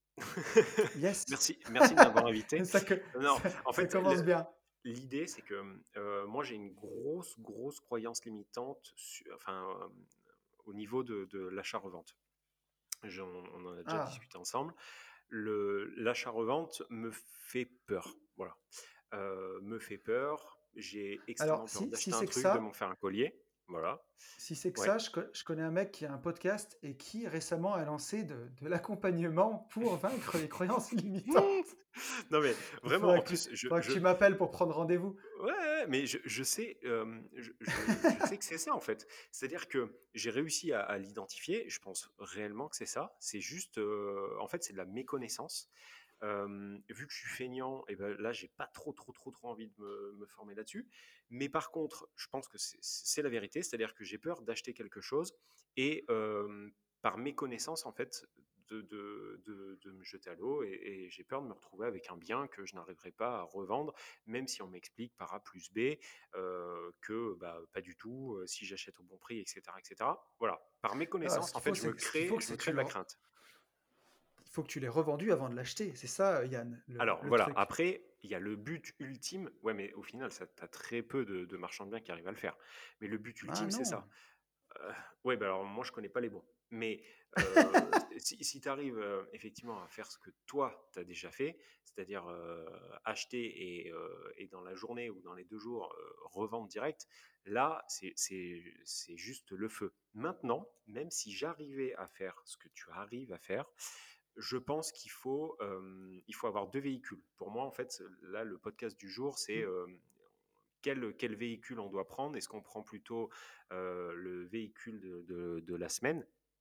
Yes, Merci, merci de m'avoir invité. ça, que- Non, ça, en ça fait, commence le- bien. l'idée, c'est que euh, moi, j'ai une grosse, grosse croyance limitante su- enfin, euh, au niveau de, de l'achat-revente. J'en- On en a déjà Ah, discuté ensemble. Le, l'achat-revente me fait peur. Voilà. Euh, me fait peur. J'ai alors extrêmement peur si, si d'acheter un c'est que truc, de m'en ça, faire un collier. Voilà. Si c'est que Ouais. ça, je, co- je connais un mec qui a un podcast et qui récemment a lancé de, de l'accompagnement pour vaincre les croyances limitantes. Non mais Il vraiment, faudra en que tu, plus, je, faudra que je, tu m'appelles pour prendre rendez-vous. ouais, ouais, mais je, je sais, euh, je, je- je sais que c'est ça en fait. C'est-à-dire que j'ai réussi à, à l'identifier. Je pense réellement que c'est ça. C'est juste, euh, en fait, c'est de la méconnaissance. Euh, vu que je suis feignant, et ben là, j'ai pas trop, trop, trop, trop envie de me, me former là-dessus. Mais par contre, je pense que c'est c'est la vérité. C'est-à-dire que j'ai peur d'acheter quelque chose et euh, par méconnaissance, en fait, de, de, de, de me jeter à l'eau et, et j'ai peur de me retrouver avec un bien que je n'arriverai pas à revendre, même si on m'explique par A plus B euh, que bah, pas du tout, euh, si j'achète au bon prix, et cetera, et cetera. Voilà, par Ah, ce méconnaissance, en qu'il fait, faut, je me c'est, ce qu'il crée, faut, je me c'est que crée tu de le, la crainte. il faut que tu l'aies revendu avant de l'acheter. C'est ça, Yann, le, Alors le voilà, truc. après, il y a le but ultime. Ouais, mais au final, ça, t'as très peu de, de marchands de biens qui arrivent à le faire. Mais le but Ah ultime, c'est non. ça. Euh, ouais, bah alors moi, je connais pas les bons. Mais euh, si, si tu arrives effectivement à faire ce que toi, tu as déjà fait, c'est-à-dire euh, acheter et, euh, et dans la journée ou dans les deux jours, euh, revendre direct, là, c'est c'est- c'est juste le feu. Maintenant, même si j'arrivais à faire ce que tu arrives à faire, je pense qu'il faut, euh, il faut avoir deux véhicules. Pour moi, en fait, là, le podcast du jour, c'est Mm. euh, quel, quel véhicule on doit prendre. Est-ce qu'on prend plutôt euh, le véhicule de, de- de la semaine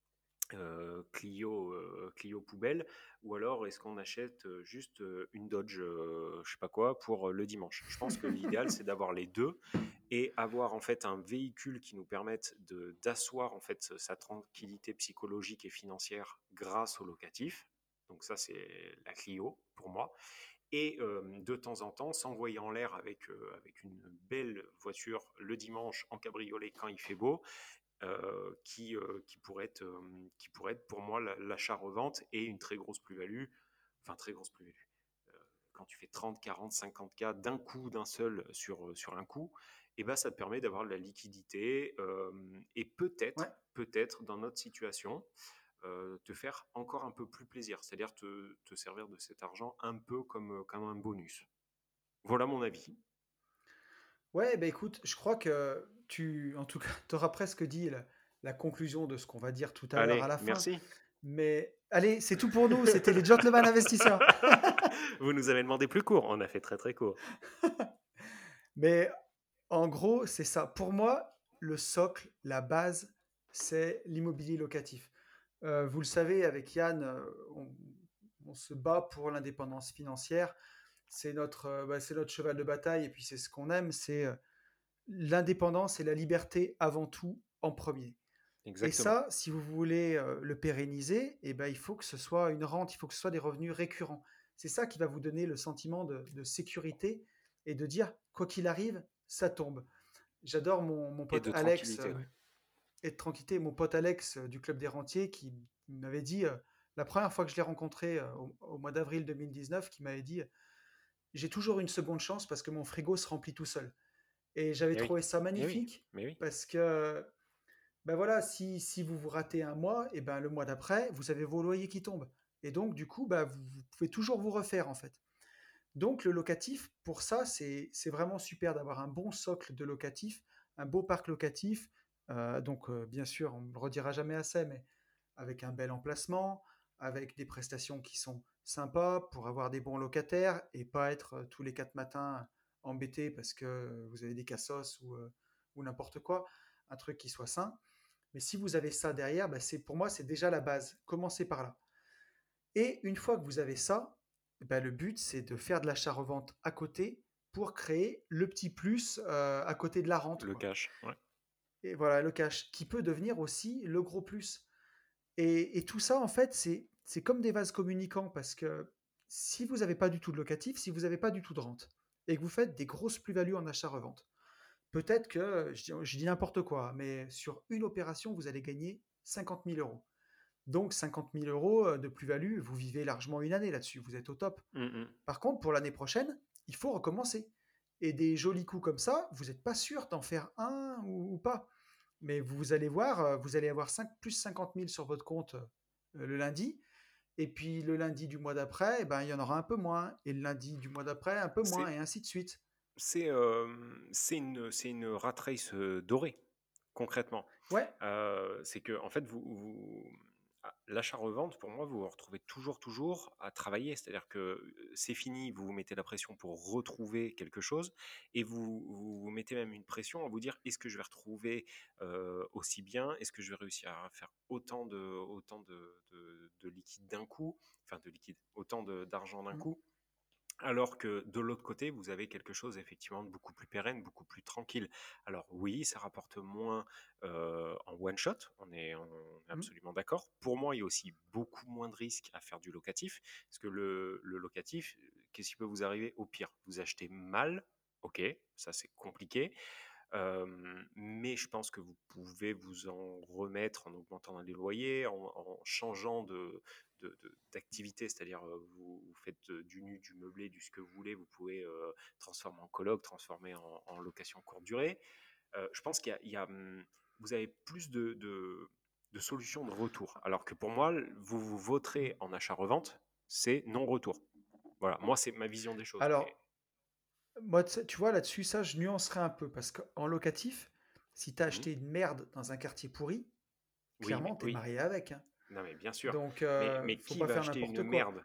euh, Clio, euh, Clio poubelle, ou alors est-ce qu'on achète euh, juste euh, une Dodge, euh, je sais pas quoi, pour euh, le dimanche. Je pense que l'idéal, c'est d'avoir les deux et avoir en fait un véhicule qui nous permette de d'asseoir en fait sa tranquillité psychologique et financière grâce au locatif. Donc ça, c'est la Clio pour moi. Et euh, de temps en temps, s'envoyer en l'air avec, euh, avec une belle voiture le dimanche en cabriolet quand il fait beau, euh, qui, euh, qui, pourrait être, euh, qui pourrait être pour moi l'achat-revente et une très grosse plus-value, enfin très grosse plus-value. Euh, quand tu fais trente, quarante, cinquante K d'un coup, d'un seul sur, euh, sur un coup, et ben ça te permet d'avoir de la liquidité euh, et Ouais. peut-être, peut-être dans notre situation, euh, te faire encore un peu plus plaisir, c'est-à-dire te, te servir de cet argent un peu comme, comme un bonus. Voilà mon avis. Ouais, bah écoute, je crois que tu, en tout cas, tu auras presque dit la, la conclusion de ce qu'on va dire tout à l'heure à Allez, la fin. merci. Mais allez, c'est tout pour nous. C'était les Gentlemen Investisseurs. Vous nous avez demandé plus court, on a fait très très court. Mais en gros, c'est ça. Pour moi, le socle, la base, c'est l'immobilier locatif. Euh, vous le savez, avec Yann, euh, on, on se bat pour l'indépendance financière. C'est notre, euh, bah, c'est notre cheval de bataille et puis c'est ce qu'on aime, c'est euh, l'indépendance et la liberté avant tout en premier. Et Exactement. ça, si vous voulez euh, le pérenniser, eh ben, il faut que ce soit une rente, il faut que ce soit des revenus récurrents. C'est ça qui va vous donner le sentiment de, de sécurité et de dire, quoi qu'il arrive, ça tombe. J'adore mon, mon Et pote de Alex tranquillité, euh, ouais. et de tranquillité, mon pote Alex euh, du Club des Rentiers qui m'avait dit, euh, la première fois que je l'ai rencontré euh, au, au mois d'avril deux mille dix-neuf, qui m'avait dit, j'ai toujours une seconde chance parce que mon frigo se remplit tout seul. Et j'avais Eh oui, trouvé ça eh oui, magnifique mais oui. parce que ben voilà, si, si vous vous ratez un mois, et ben le mois d'après, vous avez vos loyers qui tombent. Et donc, du coup, ben, vous, vous pouvez toujours vous refaire, en fait. Donc, le locatif, pour ça, c'est c'est vraiment super d'avoir un bon socle de locatif, un beau parc locatif. Euh, donc, euh, bien sûr, on ne le redira jamais assez, mais avec un bel emplacement, avec des prestations qui sont sympas pour avoir des bons locataires et pas être euh, tous les quatre matins embêté parce que vous avez des cassos ou, euh, ou n'importe quoi. Un truc qui soit sain. Mais si vous avez ça derrière, bah c'est, pour moi, c'est déjà la base. Commencez par là. Et une fois que vous avez ça, bah le but, c'est de faire de l'achat-revente à côté pour créer le petit plus euh, à côté de la rente, Le quoi. cash, ouais. Et voilà, le cash, qui peut devenir aussi le gros plus. Et, et tout ça, en fait, c'est, c'est comme des vases communicants parce que si vous n'avez pas du tout de locatif, si vous n'avez pas du tout de rente, et que vous faites des grosses plus-values en achat-revente, peut-être que, je dis, je dis n'importe quoi, mais sur une opération, vous allez gagner cinquante mille euros. Donc cinquante mille euros euh, de plus-value, vous vivez largement une année là-dessus, vous êtes au top. Mm, mm. Par contre, pour l'année prochaine, il faut recommencer. Et des jolis coups comme ça, vous n'êtes pas sûr d'en faire un ou, ou pas. Mais vous allez voir, euh, vous allez avoir cinq, plus cinquante mille sur votre compte euh, le lundi. Et puis le lundi du mois d'après, eh ben, il y en aura un peu moins. Et le lundi du mois d'après, un peu moins, C'est, et ainsi de suite. c'est, euh, c'est une, c'est une rat race euh, dorée, concrètement. Ouais, Euh, c'est que, en fait, vous, vous- ah, l'achat-revente, pour moi, vous vous retrouvez toujours, toujours à travailler. C'est-à-dire que euh, c'est fini, vous vous mettez la pression pour retrouver quelque chose et vous vous, vous mettez même une pression à vous dire est-ce que je vais retrouver euh, aussi bien? Est-ce que je vais réussir à faire autant de, autant de, de, de liquide d'un coup? Enfin, de liquide, autant de- d'argent d'un mm, coup? Alors que de l'autre côté, vous avez quelque chose effectivement de beaucoup plus pérenne, beaucoup plus tranquille. Alors oui, ça rapporte moins euh, en one shot, on est, on est mm, absolument d'accord. Pour moi, il y a aussi beaucoup moins de risques à faire du locatif, parce que le, le locatif, qu'est-ce qui peut vous arriver au pire? Vous achetez mal, ok, ça c'est compliqué. Euh, mais je pense que vous pouvez vous en remettre en augmentant les loyers, en, en changeant de, de- de- d'activité, c'est-à-dire euh, vous, vous faites euh, du nu, du meublé, du ce que vous voulez, vous pouvez euh, transformer en coloc, transformer en, en location courte durée. Euh, je pense qu'il y a, il y a, hum, vous avez plus de, de- de solutions de retour, alors que pour moi, vous vous mm. voterez en achat-revente, c'est non-retour. Voilà, moi c'est ma vision des choses, mais Alors, moi, tu vois, là-dessus, ça, je nuancerais un peu. Parce qu'en locatif, si tu as mhm. acheté une merde dans un quartier pourri, Oui, clairement, mais tu es oui, marié avec, hein. non mais bien sûr, Donc, mais, euh, mais faut qui pas va faire acheter une n'importe quoi. merde?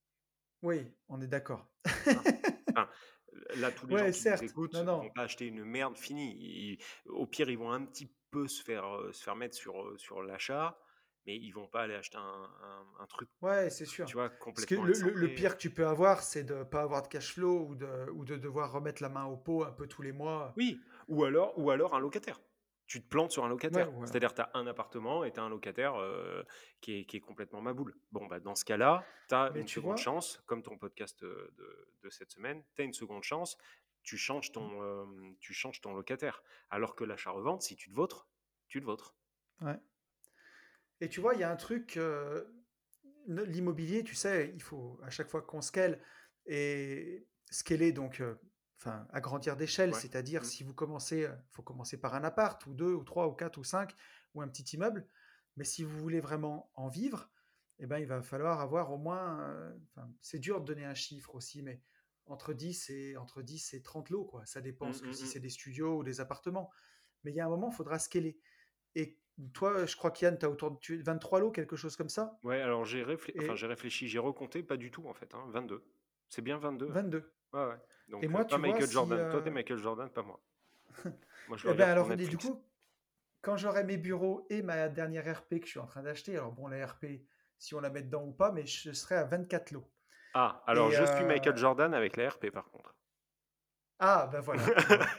Oui, on est d'accord. Hein. Enfin, là, tous les gens Ouais, qui nous certes. Non, écoutent vont non. pas acheter une merde finie. Ils- au pire, ils vont un petit peu se faire, euh, se faire mettre sur, euh, sur l'achat, mais ils vont pas aller acheter un, un- un truc, Ouais, c'est sûr. tu vois, Parce que complètement le, le- le excentré. pire que tu peux avoir, c'est de pas avoir de cash flow ou de, ou de devoir remettre la main au pot un peu tous les mois. Oui, ou alors, ou alors un locataire. Tu te plantes sur un Ouais, locataire. voilà. C'est-à-dire, tu as un appartement et tu as un locataire euh, qui, est, qui est complètement maboule. Bon, bah, dans ce cas-là, tu as Mais une tu seconde vois, chance, comme ton podcast euh, de, de cette semaine, tu as une seconde chance, tu changes, ton, euh, tu changes ton locataire. Alors que l'achat-revente, si tu te vautres, tu te vautres. ouais. Et tu vois, il y a un truc, euh, ne- l'immobilier, tu sais, il faut à chaque fois qu'on scale et scaler, donc, euh, enfin, agrandir d'échelle, Ouais. c'est-à-dire Mm. si vous commencez, il faut commencer par un appart, ou deux, ou trois, ou quatre, ou cinq, ou un petit immeuble. Mais si vous voulez vraiment en vivre, eh ben, il va falloir avoir au moins, euh, enfin, c'est dur de donner un chiffre aussi, mais entre dix et, entre dix et trente lots, quoi. Ça dépend, Mm, ce que mm, si mm. c'est des studios ou des appartements. Mais il y a un moment, il faudra scaler. Et toi, je crois qu'Yann, tu as autour de tu- vingt-trois lots, quelque chose comme ça. Ouais, alors j'ai réfléchi, enfin, Et j'ai réfléchi, j'ai recompté, pas du tout en fait, hein, vingt-deux. C'est bien vingt-deux, hein. vingt-deux. Ouais, ouais. Et Donc, euh, moi, pas tu vois, Michael si. Jordan. Toi, t'es euh, Michael Jordan, pas moi. Moi, je le Eh ben regarde sur alors, et du Netflix. coup, quand j'aurai mes bureaux et ma dernière R P que je suis en train d'acheter, alors bon, la R P, si on la met dedans ou pas, mais je serai à vingt-quatre lots. Ah, alors Et. je suis euh, Michael Jordan avec la R P par contre. Ah, ben voilà, tu vois.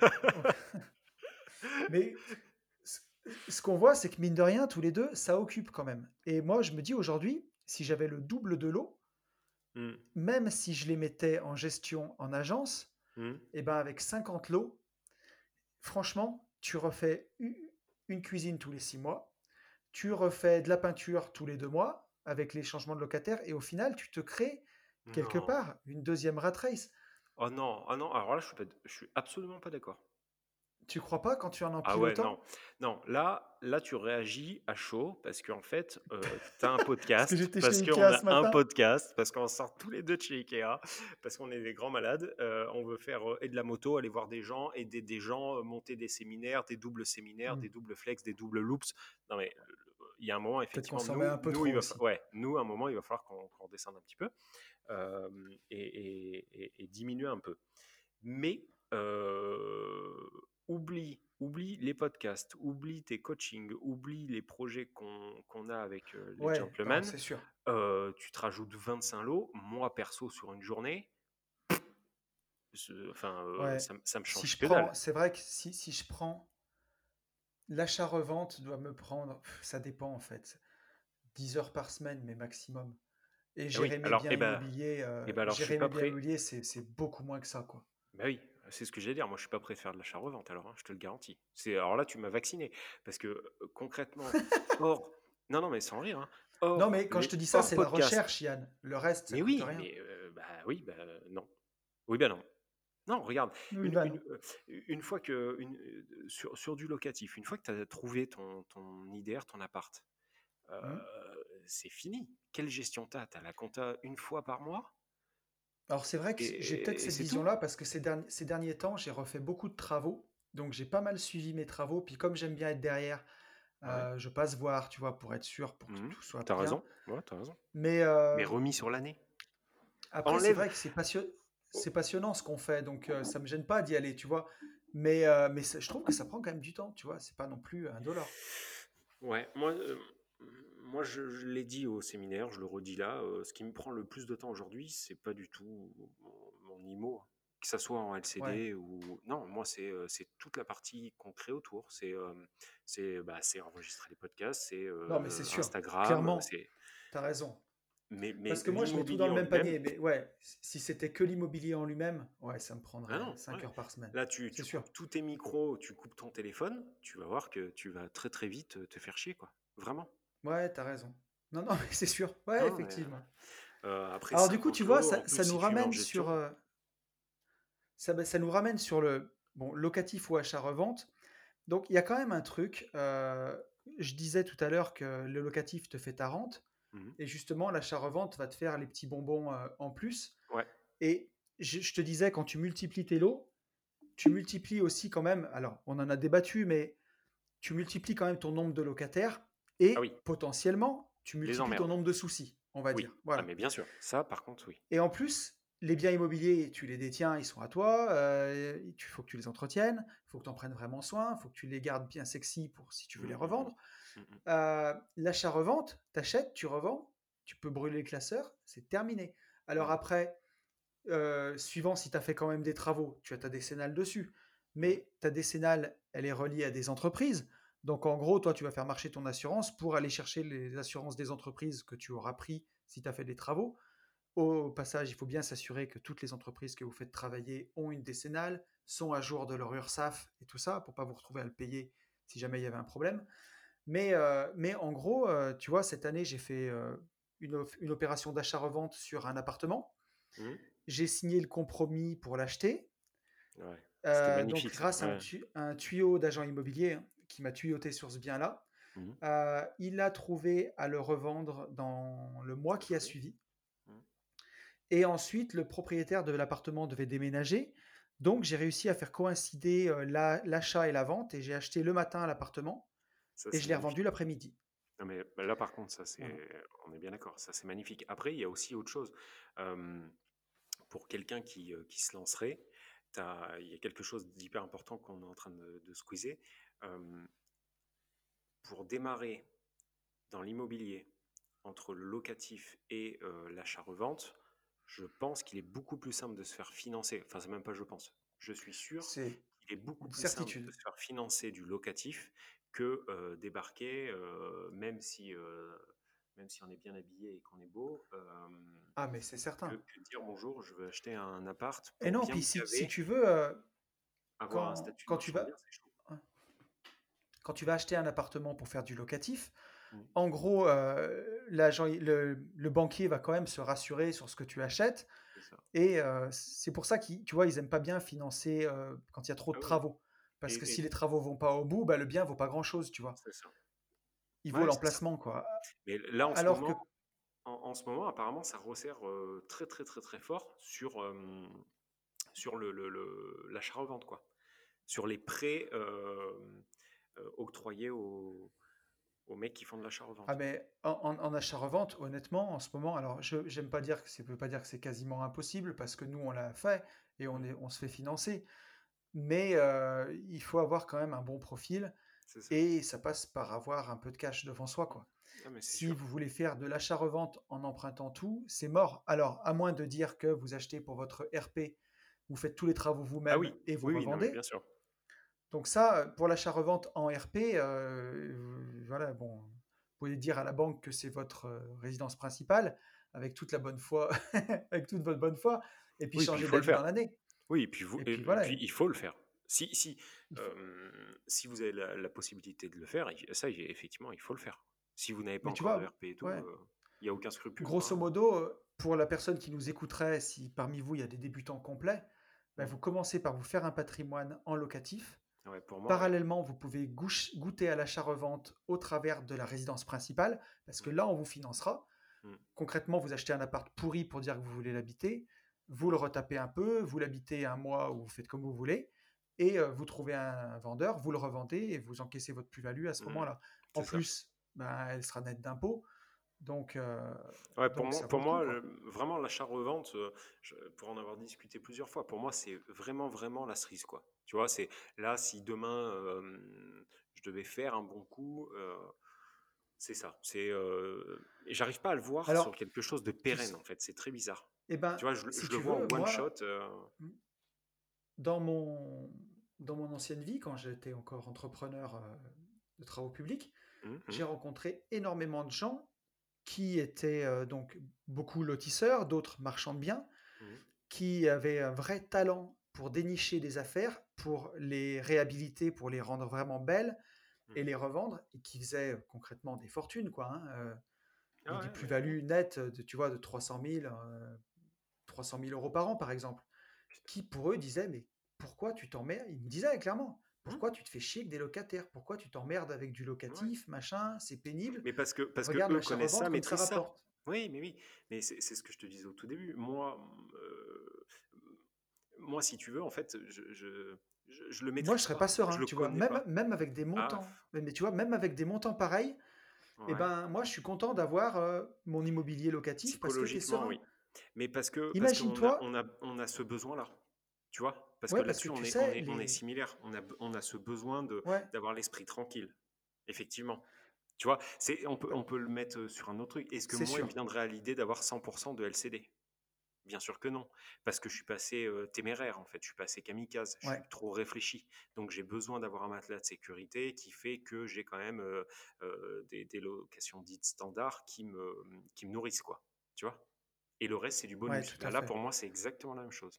Mais ce ce qu'on voit, c'est que mine de rien, tous les deux, ça occupe quand même. Et moi, je me dis aujourd'hui, si j'avais le double de lots, Hmm, même si je les mettais en gestion en agence, hmm. et ben avec cinquante lots, franchement, tu refais u- une cuisine tous les six mois, tu refais de la peinture tous les deux mois avec les changements de locataire, et au final, tu te crées quelque Non. part une deuxième rat race. Oh non, oh non, alors là, je suis, pas- je suis absolument pas d'accord. Tu crois pas quand tu en Ah empiles ouais, non. autant? Non, là, là, tu réagis à chaud parce qu'en fait, euh, tu as un Parce que podcast, j'étais chez parce qu'on Ikea a ce un matin. podcast, parce qu'on sort tous les deux de chez Ikea, parce qu'on est des grands malades. Euh, on veut faire euh, et de la moto, aller voir des gens, aider des gens, euh, monter des séminaires, des doubles séminaires, Hmm. des doubles flex, des doubles loops. Non mais le- le- il y a un moment, Peut-être qu'on effectivement, s'en met nous, un peu nous, il trop va, fa- aussi. ouais, nous, à un moment, il va falloir qu'on qu'on redescende un petit peu euh, et, et- et- et diminuer un peu. Mais euh, oublie, oublie les podcasts, oublie tes coachings, oublie les projets qu'on qu'on a avec euh, les Ouais, non, gentlemen. c'est sûr. Euh, tu te rajoutes vingt-cinq lots. Moi, perso, sur une journée, je- enfin, euh, Ouais. ça, me- ça me Si change je que prends, dalle. c'est vrai que si, si je prends l'achat-revente doit me prendre, pff, ça dépend en fait, dix heures par semaine, mais maximum. Et Ah oui, gérer mes alors, biens eh ben, immobiliers, euh, eh ben alors, je suis gérer pas mes biens prêt. immobiliers, c'est c'est beaucoup moins que ça, quoi. Bah oui, c'est ce que j'allais dire. Moi, je suis pas prêt de faire de l'achat-revente, alors, hein, je te le garantis. C'est, alors là, tu m'as vacciné. Parce que euh, concrètement, hors. Non, non, mais sans rire, hein, Non, hors, mais quand je te les, dis ça, hors c'est la podcast. recherche, Yann. Le reste, ça Mais coûte oui, rien. mais euh, bah oui, bah non. Oui, bah non. Non, regarde, Oui, une, bah une, non. euh, une fois que, une, euh, sur, sur du locatif, une fois que tu as trouvé ton, ton I D R, ton appart, euh, Hmm. c'est fini. Quelle gestion tu as? Tu as la compta une fois par mois Alors c'est vrai que j'ai peut-être et, et cette c'est tout. vision-là parce que ces derniers, ces derniers temps, j'ai refait beaucoup de travaux. Donc j'ai pas mal suivi mes travaux. Puis comme j'aime bien être derrière, Ouais. euh, je passe voir, tu vois, pour être sûr, pour que Mhm. tout soit T'as bien. raison. Ouais, t'as raison. Mais Mais euh, remis sur l'année. après, c'est Enlève. vrai que c'est passio- Oh, c'est passionnant ce qu'on fait. Donc euh, ça me gêne pas d'y aller, tu vois. Mais, euh, mais ça- je trouve que ça prend quand même du temps, tu vois. C'est pas non plus un dollar. ouais, moi, euh, moi je, je l'ai dit au séminaire, je le redis là, euh, ce qui me prend le plus de temps aujourd'hui, c'est pas du tout mon, mon I M O, que ça soit en Ouais. L C D ou... Non, moi, c'est euh, c'est toute la partie qu'on crée autour. C'est euh, c'est bah, c'est enregistrer les podcasts, c'est Non, mais c'est euh, sûr. Instagram, Clairement, c'est... t'as raison. Mais, mais Parce que moi, je mets tout dans l'immobilier le en même lui-même, panier. Mais ouais, si c'était que l'immobilier en lui-même, ouais, ça me ah prendrait non, cinq ouais. heures par semaine. Là, tu, C'est tu sûr. coupes tous tes micros, tu coupes ton téléphone, tu vas voir que tu vas très très vite te faire chier, quoi. Vraiment. Ouais, t'as raison. Non, non, mais c'est sûr. Ouais, Non, mais... effectivement. Euh, après Alors du coup, tu cinquante vois, lots, ça, en plus, ça nous si tu mets en ramène sur, gestion. euh, ça, bah, ça nous ramène sur le bon locatif ou achat-revente. Donc il y a quand même un truc. Euh, je disais tout à l'heure que le locatif te fait ta rente, Mhm. et justement l'achat-revente va te faire les petits bonbons euh, en plus. Ouais. Et je, je te disais, quand tu multiplies tes lots, tu multiplies aussi quand même. Alors, on en a débattu, mais tu multiplies quand même ton nombre de locataires Ah oui, et potentiellement, tu les multiplies ton emmerdes. nombre de soucis, on va Oui. dire. Ah, Voilà. mais bien sûr. Ça, par contre, oui. Et en plus, les biens immobiliers, tu les détiens, ils sont à toi, heu, il faut que tu les entretiennes, il faut que tu en prennes vraiment soin, il faut que tu les gardes bien sexy pour si tu veux les Mmh mh mh. revendre. Mmh mh. Heu, l'achat-revente, tu achètes, tu revends, tu peux brûler le classeur, c'est terminé. Alors Ouais. après, heu, suivant si tu as fait quand même des travaux, tu as ta décennale dessus. Mmh. Mais ta décennale, elle est reliée à des entreprises. Donc en gros, toi, tu vas faire marcher ton assurance pour aller chercher les assurances des entreprises que tu auras pris si tu as fait des travaux. Au passage, il faut bien s'assurer que toutes les entreprises que vous faites travailler ont une décennale, sont à jour de leur URSSAF et tout ça, pour pas vous retrouver à le payer si jamais il y avait un problème. Mais, euh, mais en gros, euh, tu vois, cette année, j'ai fait euh, une, op- une opération d'achat-revente sur un appartement. Mmh. J'ai signé le compromis pour l'acheter. Ouais. C'était Euh, donc, magnifique ça. grâce à un, Ouais. tu- un tuyau d'agent immobilier hein, qui m'a tuyauté sur ce bien-là, Mmh. euh, il a trouvé à le revendre dans le mois La qui a foulée. suivi. Mmh. Et ensuite, le propriétaire de l'appartement devait déménager. Mmh. Donc, j'ai réussi à faire coïncider euh, la- l'achat et la vente. Et j'ai acheté le matin l'appartement Ça, et c'est je l'ai magnifique. revendu l'après-midi. Non mais bah, là, par contre, ça, Voilà. c'est on est bien d'accord, ça, c'est magnifique. Après, il y a aussi autre chose. Hem, pour quelqu'un qui, heu, qui se lancerait, tu il y a quelque chose d'hyper important qu'on est en train de de squeezer. Hem, pour démarrer dans l'immobilier, entre le locatif et heu, l'achat-revente, je pense qu'il est beaucoup plus simple de se faire financer. Enfin, c'est même pas je pense, je suis sûr C'est qu'il est beaucoup une plus simple de certitude. se faire financer du locatif que, heu, débarquer, heu, même si, heu, même si on est bien habillé et qu'on est beau, hem, Ah, mais c'est que certain. que dire: «Bonjour, je veux acheter un appart Et pour non, bien puis me si, si caser». tu veux, euh, Avoir un quand, statut de quand, tu marchand de biens, vas, c'est chaud. quand tu vas acheter un appartement pour faire du locatif, Mmh, en gros, euh, l'agent, le, le banquier va quand même se rassurer sur ce que tu achètes. c'est ça. Et euh, c'est pour ça qu'ils, tu vois, ils aiment pas bien financer euh, quand il y a trop de Ah oui, travaux. Parce que et si et les travaux vont pas au bout, bah, le bien vaut pas grand-chose, tu vois. c'est ça. Il vaut Ouais, c'est ça. l'emplacement, quoi. Mais là, en ce Alors moment que, En, en ce moment, apparemment, ça resserre euh, très très très très fort sur, euh, sur le, le- le- l'achat-revente, quoi. Sur les prêts euh, euh, octroyés aux, aux mecs qui font de ah l'achat-revente. mais en, en- en achat-revente, honnêtement, en ce moment, alors je j'aime pas dire que ça veut pas dire que c'est quasiment impossible parce que nous on l'a fait et on Mm. est, on se fait financer, mais euh, il faut avoir quand même un bon profil C'est ça. et ça passe par avoir un peu de cash devant soi, quoi. Ah, mais c'est Si sûr. vous voulez faire de l'achat-revente en empruntant tout, c'est mort. Alors, à moins de dire que vous achetez pour votre R P, vous faites tous les travaux Ah vous-même oui, et vous oui, oui, non, mais bien revendez. sûr. Donc ça, pour l'achat-revente en R P, euh, voilà, bon, vous pouvez dire à la banque que c'est votre euh, résidence principale, avec toute la bonne foi, avec toute votre bonne foi, et puis Oui, puis il changer faut le d'avis dans faire. l'année. Oui, et puis, vous, Et et, puis et voilà, puis il faut le faire. Si, si, il faut. euh, si vous avez la, la possibilité de le faire, il- ça, il- effectivement, il faut le faire. Si vous n'avez pas Mais tu encore de vois, R P et tout, ouais, euh, il n'y a aucun scrupule, quoi. grosso Hein. modo, euh, pour la personne qui nous écouterait, si parmi vous il y a des débutants complets, ben, Mm. vous commencez par vous faire un patrimoine en locatif. Ouais, pour moi, ouais. Parallèlement, vous pouvez gouche- goûter à l'achat-revente au travers de la résidence principale, parce que Ouais. là, on vous financera. Mm. Concrètement, vous achetez un appart pourri pour dire que vous voulez l'habiter, vous le Mm. retapez un peu, vous l'habitez un mois ou vous faites comme vous voulez, et euh, vous trouvez un vendeur, vous le revendez et vous encaissez votre plus-value à ce Mm. moment-là. En C'est ça. plus, ben, elle sera nette d'impôts, donc, euh, Ouais, pour donc ça moi, vaut pour le coup, moi quoi. le- vraiment, l'achat-revente, euh, je- pour en avoir discuté plusieurs fois, pour moi, c'est vraiment, vraiment la cerise, quoi. Tu vois, c'est là, si demain, euh, je devais faire un bon coup, euh, c'est ça. C'est, euh, et j'arrive pas à le voir sur Alors, quelque chose de tu, pérenne, en fait. C'est très bizarre. eh Tu ben, vois, je, le si je le tu vois en veux, one moi, shot. euh, dans mon, dans mon ancienne vie, quand j'étais encore entrepreneur euh, de travaux publics, hum, j'ai hum, rencontré énormément de gens qui étaient euh, donc beaucoup lotisseurs, d'autres marchands de biens, hum, qui avaient un vrai talent pour dénicher des affaires, pour les réhabiliter, pour les rendre vraiment belles et hum. les revendre, et qui faisaient euh, concrètement des fortunes, quoi, hein, euh, Ah des, des ouais, mais plus-values nettes de, tu vois, de trois cent mille, euh, trois cent mille euros par an, par exemple, putain. qui pour eux disaient, mais pourquoi tu t'emmerdes? Ils me disaient clairement, Hum, pourquoi tu te fais chier avec des locataires? Pourquoi tu t'emmerdes avec du ouais. locatif, machin, c'est pénible. Mais parce que, parce que Regarde eux connaissent l'achat-revente ça, comme ça maîtrisent ça. rapporte. Oui, mais oui. Mais c'est c'est ce que je te disais au tout début. Moi, euh, moi, si tu veux, en fait, je, je, je, je le Moi, je maîtrise serais pas pas. Je serein, le tu vois. connais Même, pas. même avec des Ah, montants, pff, mais mais tu vois, même avec des montants pareils, eh ouais. ben, moi, je suis content d'avoir euh, mon immobilier locatif parce que tu es Psychologiquement, serein. oui. Mais parce que parce qu'on a Imagine-toi, on a on a ce besoin-là, tu vois? Parce que ouais, parce que là-dessus, on tu est on sais, est on est les, similaires. On a b on a ce besoin de ouais, d'avoir l'esprit tranquille, effectivement. Tu vois? C'est on peut bah, on peut le mettre, heu, sur un autre truc. Est-ce que c'est moi, il me sûr, viendrait à l'idée d'avoir cent pour cent de L C D? Bien sûr que non, parce que je suis passé, heu, téméraire, en fait, je suis passé kamikaze, je ouais, suis trop réfléchi. Donc j'ai besoin d'avoir un matelas de sécurité qui fait que j'ai quand même, heu heu, des des locations dites standards qui me, mmh, qui me nourrissent, quoi, tu vois? Et le reste, c'est du ouais, bonus. tout Bah, à là, fait. pour moi, c'est exactement la même chose.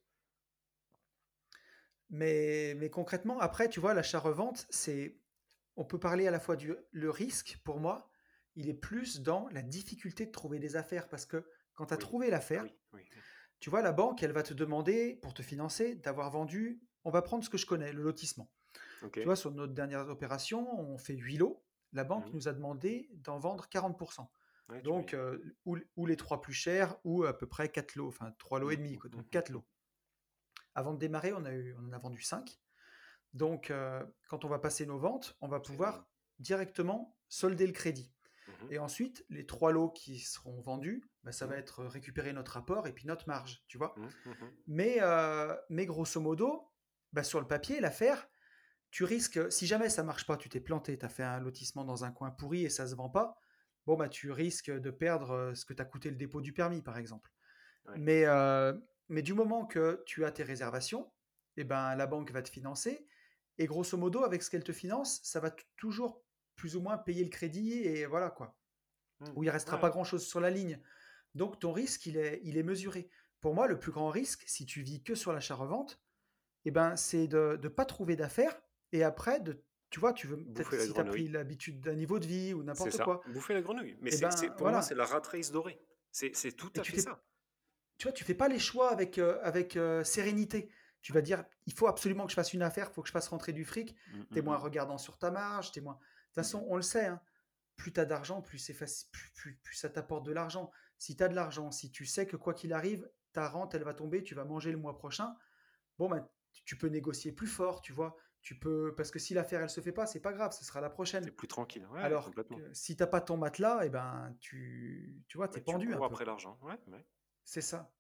Mais, mais concrètement, après, tu vois, l'achat-revente, c'est, on peut parler à la fois du le risque, pour moi, il est plus dans la difficulté de trouver des affaires, parce que quand tu as Oui. trouvé Ah l'affaire, oui, oui, oui. tu vois, la banque, elle va te demander, pour te financer, d'avoir vendu, on va prendre ce que je connais, le lotissement. Tu OK. vois, sur notre dernière opération, on fait huit lots. La banque Mmh. nous a demandé d'en vendre quarante pour cent. Ouais, tu Donc, m'avais dit. euh, ou, ou les trois plus chers, ou à peu près quatre lots, enfin trois lots et Mmh, demi, mmh, quoi, mmh, donc mmh, quatre mmh. lots. Avant de démarrer, on, a eu, on en a vendu cinq. Donc, euh, quand on va passer nos ventes, on va C'est énorme. pouvoir directement solder le crédit. Mmh mh. Et ensuite, les trois lots qui seront vendus, bah, ça va Mmh. être récupérer notre apport et puis notre marge, tu vois. Mmh, mmh mh. Mais, euh, mais grosso modo, bah, sur le papier, l'affaire, tu risques, si jamais ça marche pas, tu t'es planté, tu as fait un lotissement dans un coin pourri et ça se vend pas, bon, bah, tu risques de perdre euh, ce que t'a coûté le dépôt du permis, par exemple. Ouais. Mais, euh, mais du moment que tu as tes réservations, eh ben, la banque va te financer. Et grosso modo, avec ce qu'elle te finance, ça va t- toujours plus ou moins payer le crédit et voilà quoi. Mmh. Où il restera Ouais. pas grand-chose sur la ligne. Donc ton risque, il est, il est mesuré. Pour moi, le plus grand risque, si tu vis que sur l'achat-revente, eh ben, c'est de ne pas trouver d'affaires et après, de, tu vois, tu veux peut-être Bouffer la si tu as pris grenouille. l'habitude d'un niveau de vie ou C'est n'importe ça, quoi, bouffer la grenouille. Mais eh c'est c'est ben pour moi, c'est voilà. la rat race dorée. C'est c'est tout Et à tu fait fais, ça. tu vois, tu fais pas les choix avec, euh, avec euh, sérénité. Tu vas dire, il faut absolument que je fasse une affaire, il faut que je fasse rentrer du fric. Mmh, T'es mmh, moins mmh. regardant sur ta marge, t'es moins. De toute Mmh mh. façon, on le sait, hein, plus tu as d'argent, plus, c'est facile, plus, plus, plus ça t'apporte de l'argent. Si tu as de l'argent, si tu sais que quoi qu'il arrive, ta rente, elle va tomber, tu vas manger le mois prochain, bon, ben, tu peux négocier plus fort, tu vois. Tu peux, parce que si l'affaire, elle se fait pas, c'est pas grave, ce sera la Tu prochaine. plus tranquille. Ouais, ouais, Alors complètement. que si t'as pas ton matelas, eh ben, tu, tu vois, t'es Ouais, tu pendu un cours peu. après l'argent. Ouais, ouais. C'est ça.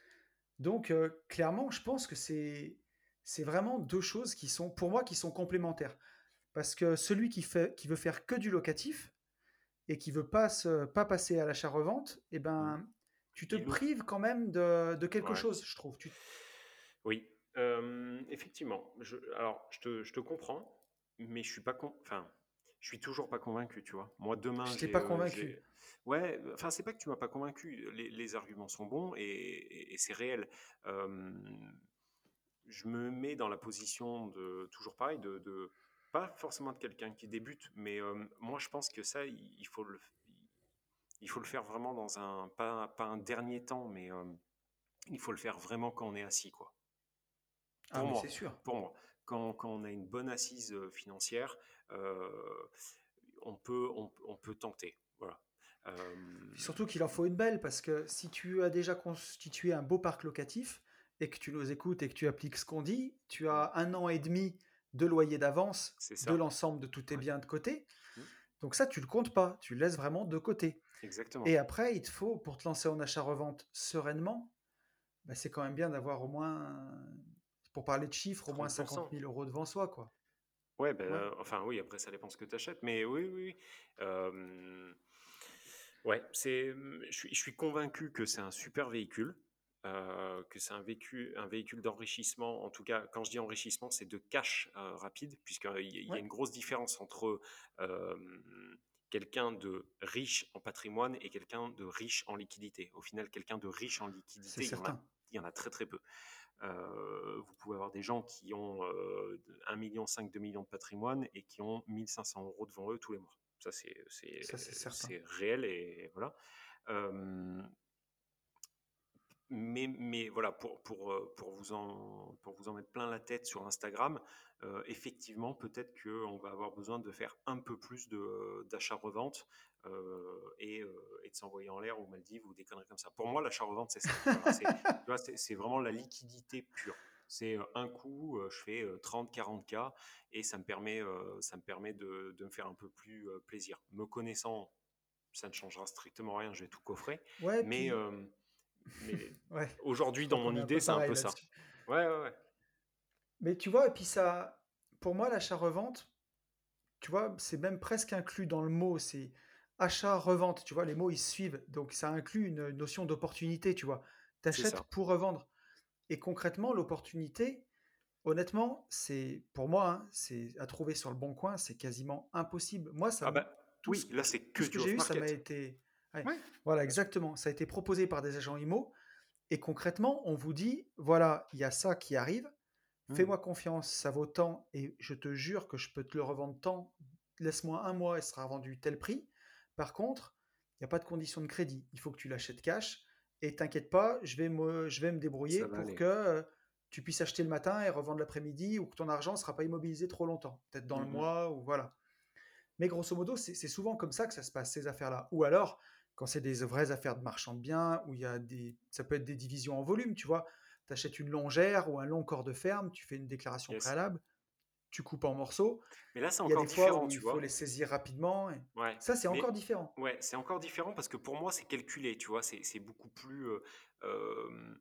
Donc, euh, clairement, je pense que c'est, c'est vraiment deux choses qui sont, pour moi, qui sont complémentaires. Parce que celui qui, fait, qui veut faire que du locatif et qui veut pas, se, pas passer à l'achat-revente, eh Mmh. ben, tu te Il loupe. prives quand même de, de quelque Ouais. chose, je trouve. Tu, Oui, hem, effectivement, je alors je te je te comprends, mais je suis pas con enfin, je suis toujours pas convaincu, tu vois? Moi, demain, je t'ai j'ai, pas heu, convaincu. j'ai ouais, enfin, c'est pas que tu m'as pas convaincu, les les arguments sont bons et et et c'est réel. Hem, je me mets dans la position de toujours pareil, de de pas forcément de quelqu'un qui débute, mais, hem, moi, je pense que ça, il il faut le f il faut le faire vraiment dans un pas pas un dernier temps, mais, hem, il faut le faire vraiment quand on est assis, quoi. Ah, Pour mais c'est moi, sûr. pour moi. Quand quand on a une bonne assise, heu, financière, heu, on peut on on peut tenter, voilà. Puis Hem, surtout qu'il en faut une belle, parce que si tu as déjà constitué un beau parc locatif et que tu nous écoutes et que tu appliques ce qu'on dit, tu mmh, as un an et demi de loyer d'avance c'est de ça, l'ensemble de tous tes ouais. biens de côté. Mmh, Donc ça, tu le comptes pas, tu le laisses vraiment de côté. exactement. Et après, il te faut, pour te lancer en achat-revente sereinement, bah, c'est quand même bien d'avoir au moins, pour parler de chiffres, au moins trente. cinquante mille euros devant soi, quoi. Ouais, ben, Ouais. heu, enfin oui, après ça dépend ce que tu achètes, mais oui, oui, oui. Hem, ouais, c'est, mmh, je suis je suis convaincu que c'est un super véhicule, heu, que c'est un vécu un véhicule d'enrichissement. En tout cas, quand je dis enrichissement, c'est de cash, heu, rapide, puisqu'il y a il y a Ouais. une grosse différence entre, hem, quelqu'un de riche en patrimoine et quelqu'un de riche en liquidité. Au final, quelqu'un de riche en C'est liquidité, il y en a certain. il y en a très, très peu. Euh, vous pouvez avoir des gens qui ont euh, un virgule cinq million, deux millions de patrimoine et qui ont mille cinq cents euros devant eux tous les mois. Ça, c'est, c'est, Ça, c'est certain. c'est réel et voilà. Euh, mais, mais voilà, pour, pour, euh, pour, vous en, pour vous en mettre plein la tête sur Instagram, euh, effectivement, peut-être qu'on va avoir besoin de faire un peu plus de, d'achat-revente euh, et, euh, et de s'envoyer en l'air aux Maldives ou des conneries comme ça. Pour moi, l'achat-revente, c'est ça. Voilà, c'est, tu vois, c'est, c'est vraiment la liquidité pure. C'est euh, un coup, euh, je fais euh, trente à quarante K et ça me permet, euh, ça me permet de, de me faire un peu plus euh, plaisir. Me connaissant, ça ne changera strictement rien, je vais tout coffrer. Ouais, Mais, puis euh, mais Ouais, je aujourd'hui, dans crois mon qu'on est un idée, peu c'est un pareil peu ça. là-dessus. Ouais, ouais, ouais. Mais tu vois, et puis ça, pour moi, l'achat-revente, tu vois, c'est même presque inclus dans le mot, c'est achat-revente, tu vois, les mots ils se suivent, donc ça inclut une notion d'opportunité, tu vois. Tu C'est achètes ça. pour revendre. Et concrètement, l'opportunité, honnêtement, c'est pour moi, hein, c'est à trouver sur le bon coin, c'est quasiment impossible. Moi, ça, Ah m- bah, tout ce, oui, là, c'est tout que ce que du j'ai eu, ça m'a off-market. été, ouais, Ouais, voilà, bien sûr. exactement, ça a été proposé par des agents IMO. Et concrètement, on vous dit, voilà, il y a ça qui arrive, Mmh. fais-moi confiance, ça vaut tant, et je te jure que je peux te le revendre tant, laisse-moi un mois et ce sera vendu tel prix. Par contre, il n'y a pas de condition de crédit, il faut que tu l'achètes cash, et t'inquiète pas, je vais me, je vais me débrouiller Ça va pour aller. que euh, tu puisses acheter le matin et revendre l'après-midi, ou que ton argent ne sera pas immobilisé trop longtemps, peut-être dans le Mmh mh. mois, ou voilà. Mais grosso modo, c'est c'est souvent comme ça que ça se passe, ces affaires-là. Ou alors, quand c'est des vraies affaires de marchand de biens, où il y a des, ça peut être des divisions en volume, tu vois. Tu achètes une longère ou un long corps de ferme, tu fais une déclaration Yes. préalable, tu coupes en morceaux. Mais là, c'est Il y a encore des fois différent, où il tu faut les vois? saisir rapidement. Et Ouais, ça, c'est encore mais différent. ouais, c'est encore différent parce que pour moi, c'est calculé, tu vois? C'est c'est beaucoup plus, heu, hem,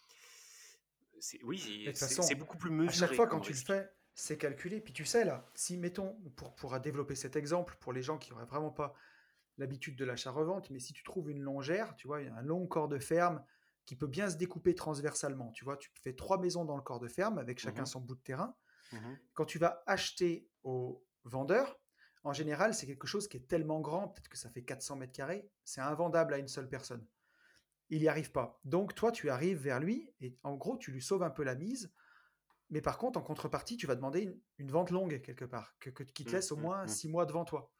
c'est Mais de oui, toute c'est c'est façon, beaucoup plus à chaque mesuré fois quand comme tu le risque. fais, c'est calculé. Puis tu sais, là, si, mettons, pour, pour développer cet exemple, pour les gens qui n'auraient vraiment pas l'habitude de l'achat-revente, mais si tu trouves une longère, tu vois, un long corps de ferme qui peut bien se découper transversalement, tu vois, tu fais trois maisons dans le corps de ferme avec Mmh chacun mh. son bout de terrain. Mmh. Quand tu vas acheter au vendeur, en général, c'est quelque chose qui est tellement grand, peut-être que ça fait quatre cents mètres carrés, c'est invendable à une seule personne. Il n'y arrive pas. Donc toi, tu arrives vers lui et en gros, tu lui sauves un peu la mise. Mais par contre, en contrepartie, tu vas demander une, une vente longue quelque part, que, que- qui te Mmh, laisse au mmh, moins mmh. six mois devant toi.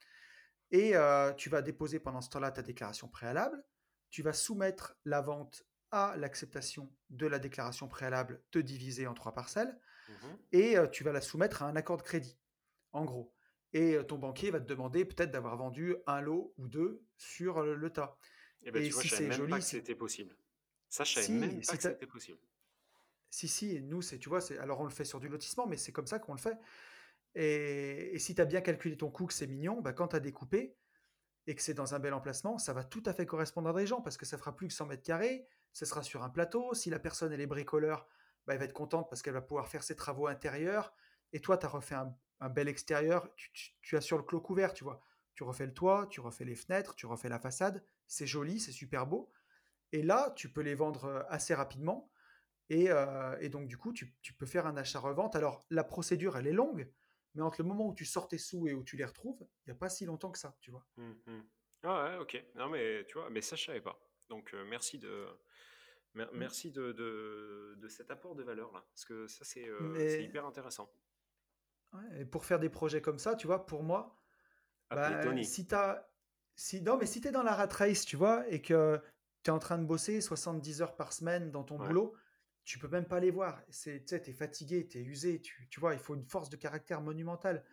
Et euh, tu vas déposer pendant ce temps-là ta déclaration préalable. Tu vas soumettre la vente à l'acceptation de la déclaration préalable te diviser en trois parcelles. Mmh. Et euh, tu vas la soumettre à un accord de crédit, en gros. Et euh, ton banquier va te demander peut-être d'avoir vendu un lot ou deux sur euh, le tas. Et bah, Et tu vois, si je savais c'est même pas joli, que si, c'était possible. Ça, je savais si, même pas si, que t'as- c'était possible. si, si, nous, c'est, tu vois, c'est, alors on le fait sur du lotissement, mais c'est comme ça qu'on le fait. Et, et si tu as bien calculé ton coût, que c'est mignon, bah, quand tu as découpé, et que c'est dans un bel emplacement, ça va tout à fait correspondre à des gens parce que ça fera plus que cent mètres carrés, ça sera sur un plateau. Si la personne elle est bricoleur, bah, elle va être contente parce qu'elle va pouvoir faire ses travaux intérieurs. Et toi, tu as refait un, un bel extérieur, tu, tu, tu assures le clos couvert, tu vois. Tu refais le toit, tu refais les fenêtres, tu refais la façade, c'est joli, c'est super beau. Et là, tu peux les vendre euh, assez rapidement. Et, euh, et donc, du coup, tu, tu peux faire un achat-revente. Alors, la procédure, elle est longue, mais entre le moment où tu sors tes sous et où tu les retrouves, il n'y a pas si longtemps que ça, tu vois. Mmh mh. Ah ouais, OK. Non, mais tu vois? Mais ça, je savais pas. Donc heu, merci de mer Mm. merci de de de cet apport de valeur là, parce que ça, c'est, heu, c'est Mais hyper intéressant. ouais, et pour faire des projets comme ça, tu vois, pour moi, Appelez bah, Tony. si t'as, si, non, mais si t'es dans la rat race, tu vois, et que t'es en train de bosser soixante-dix heures par semaine dans ton Ouais. boulot, tu peux même pas les voir. C'est, tu sais, t'es fatigué, t'es usé, tu, tu vois, il faut une force de caractère monumentale.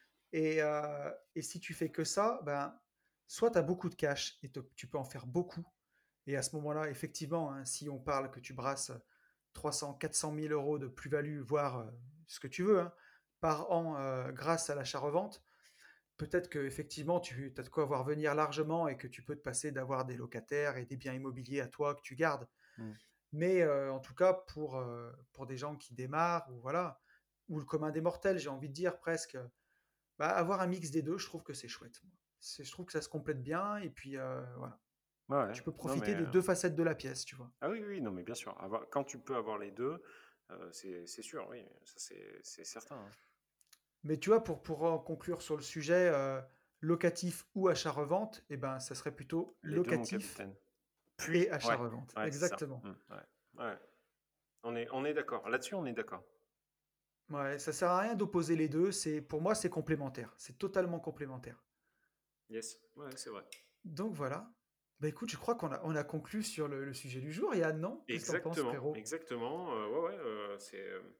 Et, euh, et si tu fais que ça, ben, soit tu as beaucoup de cash et te- tu peux en faire beaucoup. Et à ce moment-là, effectivement, hein, si on parle que tu brasses trois cents, quatre cent mille euros de plus-value, voire euh, ce que tu veux, hein, par an euh, grâce à l'achat-revente, peut-être que effectivement tu as de quoi voir venir largement et que tu peux te passer d'avoir des locataires et des biens immobiliers à toi que tu gardes. Mmh. Mais euh, en tout cas, pour, euh, pour des gens qui démarrent, ou voilà, ou le commun des mortels, j'ai envie de dire presque, bah, avoir un mix des deux, je trouve que c'est chouette. C'est, je trouve que ça se complète bien et puis euh, voilà. Ouais, ouais. Tu peux Non, mais profiter des heu deux facettes de la pièce, tu vois. ah oui, oui, non, mais bien sûr, avoir quand tu peux avoir les deux, heu, c'est c'est sûr, oui, ça c'est c'est certain, hein. Mais tu vois, pour, pour en conclure sur le sujet, euh, locatif ou achat-revente, eh ben, ça serait plutôt Les deux, mon locatif capitaine. et Puis ouais, achat-revente. ouais, c'est ça. Exactement. Mmh, ouais, ouais. On est on est d'accord. Là-dessus, on est d'accord. Ouais, ça sert à rien d'opposer les deux. C'est, pour moi, c'est complémentaire. C'est totalement complémentaire. Yes, ouais, c'est vrai. Donc voilà. Bah écoute, je crois qu'on a, on a conclu sur le, le sujet du jour. Yann, non? Qu'est-ce que t'en penses, Exactement, frérot? exactement, heu, ouais, ouais, heu, c'est, hem,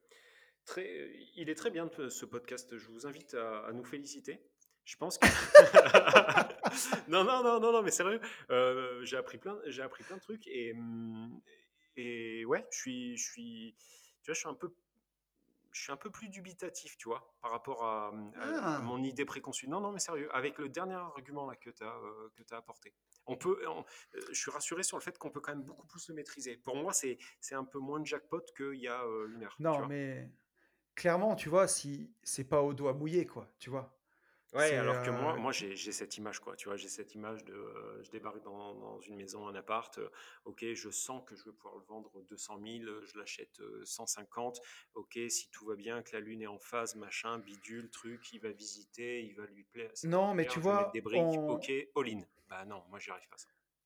très il est très bien de ce podcast. Je vous invite à à nous féliciter. Je pense que non, non, non, non, non, mais sérieux, heu, j'ai appris plein j'ai appris plein de trucs et mmh et ouais, je suis je suis tu vois, je suis un peu je suis un peu plus dubitatif, tu vois, par rapport à, mmh, à à Ah! mon idée préconçue. Non, non, mais sérieux, avec le dernier argument là que tu as, heu, que tu as apporté. On peut on heu, je suis rassuré sur le fait qu'on peut quand même beaucoup plus le maîtriser. Pour moi, c'est c'est un peu moins de jackpot qu'il y a, heu, une heure, tu Non, vois? mais clairement, tu vois, si c'est pas au doigt mouillé, quoi, tu vois? Ouais, C'est, alors que moi heu, moi tu j'ai j'ai cette image, quoi, tu vois? J'ai cette image de, heu, je débarque dans dans une maison, un appart, heu, OK, je sens que je vais pouvoir le vendre deux cent mille, heu, je l'achète, heu, cent cinquante. OK, si tout va bien, que la lune est en phase, machin, bidule, truc, il va visiter, il va lui plaire, ça va lui non, mais plaire, tu je vais mettre des vois, briques, on OK, all in. Bah non, moi j'y arrive pas ça.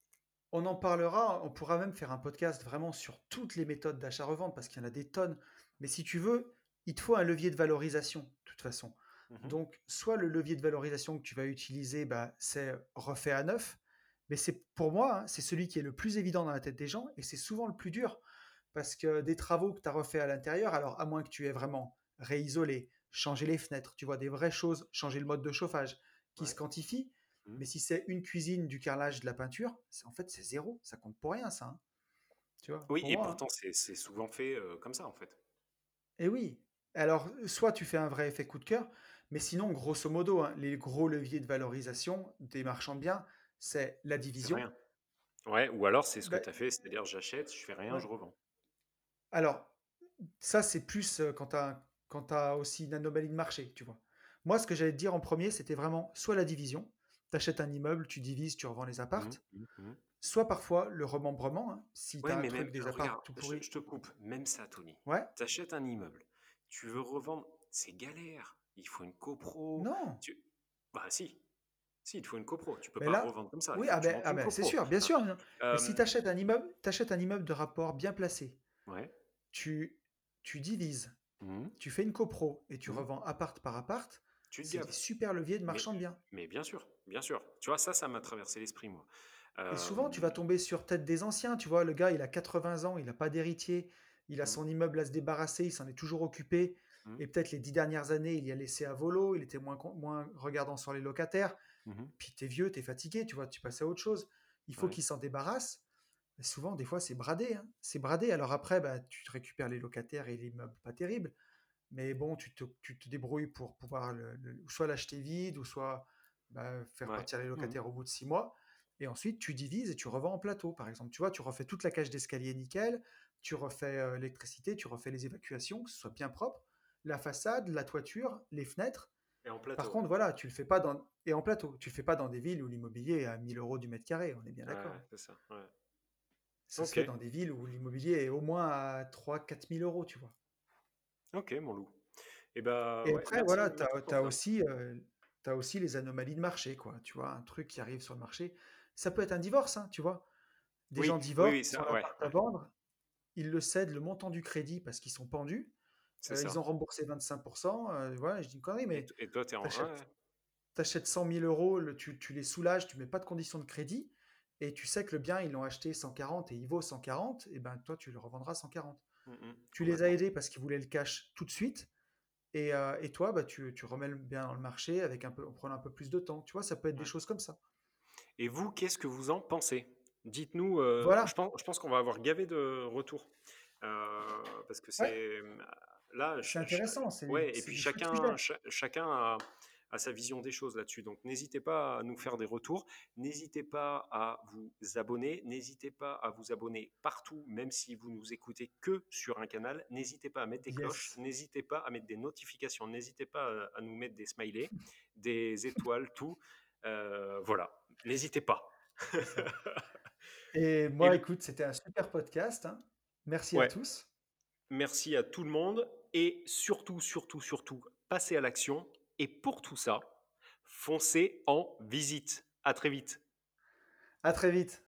on en parlera, on pourra même faire un podcast vraiment sur toutes les méthodes d'achat-revente parce qu'il y en a des tonnes. Mais si tu veux, il te faut un levier de valorisation, de toute façon. Mmh. Donc, soit le levier de valorisation que tu vas utiliser, bah, c'est refait à neuf, mais c'est pour moi, hein, c'est celui qui est le plus évident dans la tête des gens et c'est souvent le plus dur parce que des travaux que tu as refait à l'intérieur, alors à moins que tu aies vraiment réisolé, changé les fenêtres, tu vois, des vraies choses, changer le mode de chauffage qui se Ouais. quantifient, Mmh. mais si c'est une cuisine, du carrelage, de la peinture, c'est en fait, c'est zéro. Ça compte pour rien, ça, hein. Tu vois? Oui Pour et moi, hein. pourtant c'est c'est souvent fait, heu, comme ça, en fait. Et oui. Alors, soit tu fais un vrai effet coup de cœur, mais sinon, grosso modo, hein, les gros leviers de valorisation des marchands de biens, c'est la C'est division. rien. Ouais, ou alors c'est ce que Bah, tu as fait, c'est-à-dire j'achète, je fais rien, je ouais. revends. Alors, ça, c'est plus euh, quand tu as, quand tu aussi une anomalie de marché, tu vois. Moi, ce que j'allais te dire en premier, c'était vraiment soit la division, tu achètes un immeuble, tu divises, tu revends les Mmh, appartes, mmh, mmh. soit parfois le remembrement, hein, si tu Ouais, as un mais même, truc, des heu, apparts regarde, tout je pourris. je te coupe, même ça, Tony. Ouais, Tu achètes un immeuble, tu veux revendre, c'est galère. Il faut une copro, non. tu bah si, si, il te faut une copro. Tu peux Mais pas là, revendre comme ça, il oui, faut ah que tu ben, montes ah une ben, c'est copro. sûr, bien Hein. sûr. Non. Mais si tu Hem, achètes un immeuble, t'achètes un immeuble de rapport bien placé, ouais. tu, tu divises, Mmh, tu fais une copro et tu mmh. revends appart par appart, Tu te c'est des gaves. super leviers de Mais marchand de biens. mais bien sûr, bien sûr. Tu vois, ça, ça m'a traversé l'esprit, moi. Et souvent, tu vas Hem, tomber sur tête des anciens. Tu vois, le gars, il a quatre-vingts ans, il n'a pas d'héritier, il a mmh, son immeuble à se débarrasser, il s'en est toujours occupé. mmh, Et peut-être les dix dernières années, il y a laissé à volo, il était moins, con- moins regardant sur les locataires. mmh. Puis t'es vieux, t'es fatigué, tu vois, tu passes à autre chose. Il faut Ouais, qu'il s'en débarrasse. Mais souvent, des fois, c'est bradé, hein. C'est bradé. Alors après, bah, tu te récupères les locataires et l'immeuble pas terrible. Mais bon, tu te, tu te débrouilles pour pouvoir le, le- soit l'acheter vide, ou soit bah, faire ouais. partir les Mmh. locataires au bout de six mois. Et ensuite, tu divises et tu revends en plateau, par exemple. Tu vois, tu refais toute la cage d'escalier nickel, tu refais euh, l'électricité, tu refais les évacuations, que ce soit bien propre, la façade, la toiture, les fenêtres. Et en Par plateau, ouais. contre, voilà, tu le fais pas dans... Et en plateau, tu le fais pas dans des villes où l'immobilier est à mille euros du mètre carré, on est bien Ouais, d'accord. c'est ça, ouais. Ça se fait OK, dans des villes où l'immobilier est au moins à trois quatre mille euros, tu vois. OK, mon loup. Et bah, Et ouais, après, merci voilà, tu merci pour as, ça. aussi, euh, t'as aussi les anomalies de marché, quoi. Tu vois, un truc qui arrive sur le marché. Ça peut être un divorce, hein, tu vois. Des gens Oui, oui, divorcent, oui, ils ont ça, ouais, l'appart à ouais, vendre, ils le cèdent le montant du crédit parce qu'ils sont pendus. c'est Euh, ils ont ça. remboursé vingt-cinq pour cent. Euh, voilà, je dis une connerie, Et mais t et toi, tu es en t'achètes, ouais, ouais, t'achètes cent mille euros, le- tu, tu les soulages, tu mets pas de conditions de crédit, et tu sais que le bien, ils l'ont acheté cent quarante et il vaut cent quarante, et ben toi, tu le revendras cent quarante. mmh mh, Tu les as complètement. aidés parce qu'ils voulaient le cash tout de suite, et, euh, et toi, bah, tu, tu remets le bien dans le marché avec un peu, en prenant un peu plus de temps. Tu vois, ça peut être des Ouais. choses comme ça. Et vous, qu'est-ce que vous en pensez? Dites-nous, heu, Voilà, je pense je pense qu'on va avoir gavé de retours, heu, parce que ouais, c'est, mmh, là, c'est ch ch intéressant, c'est ouais et c'est puis des chouettes chacun sujets. cha chacun a a sa vision des choses là-dessus, donc n'hésitez pas à nous faire des retours. N'hésitez pas à vous abonner, n'hésitez pas à vous abonner partout, même si vous nous écoutez que sur un canal. N'hésitez pas à mettre des cloches, Yes, n'hésitez pas à mettre des notifications, n'hésitez pas à à nous mettre des smileys, des étoiles, tout, heu, voilà, n'hésitez pas. c'est ça. Et Et moi, b écoute, c'était un super podcast, hein. Merci à ouais, tous. merci à tout le monde et surtout, surtout, surtout, passez à l'action et pour tout ça, foncez en visite. À très vite. À très vite.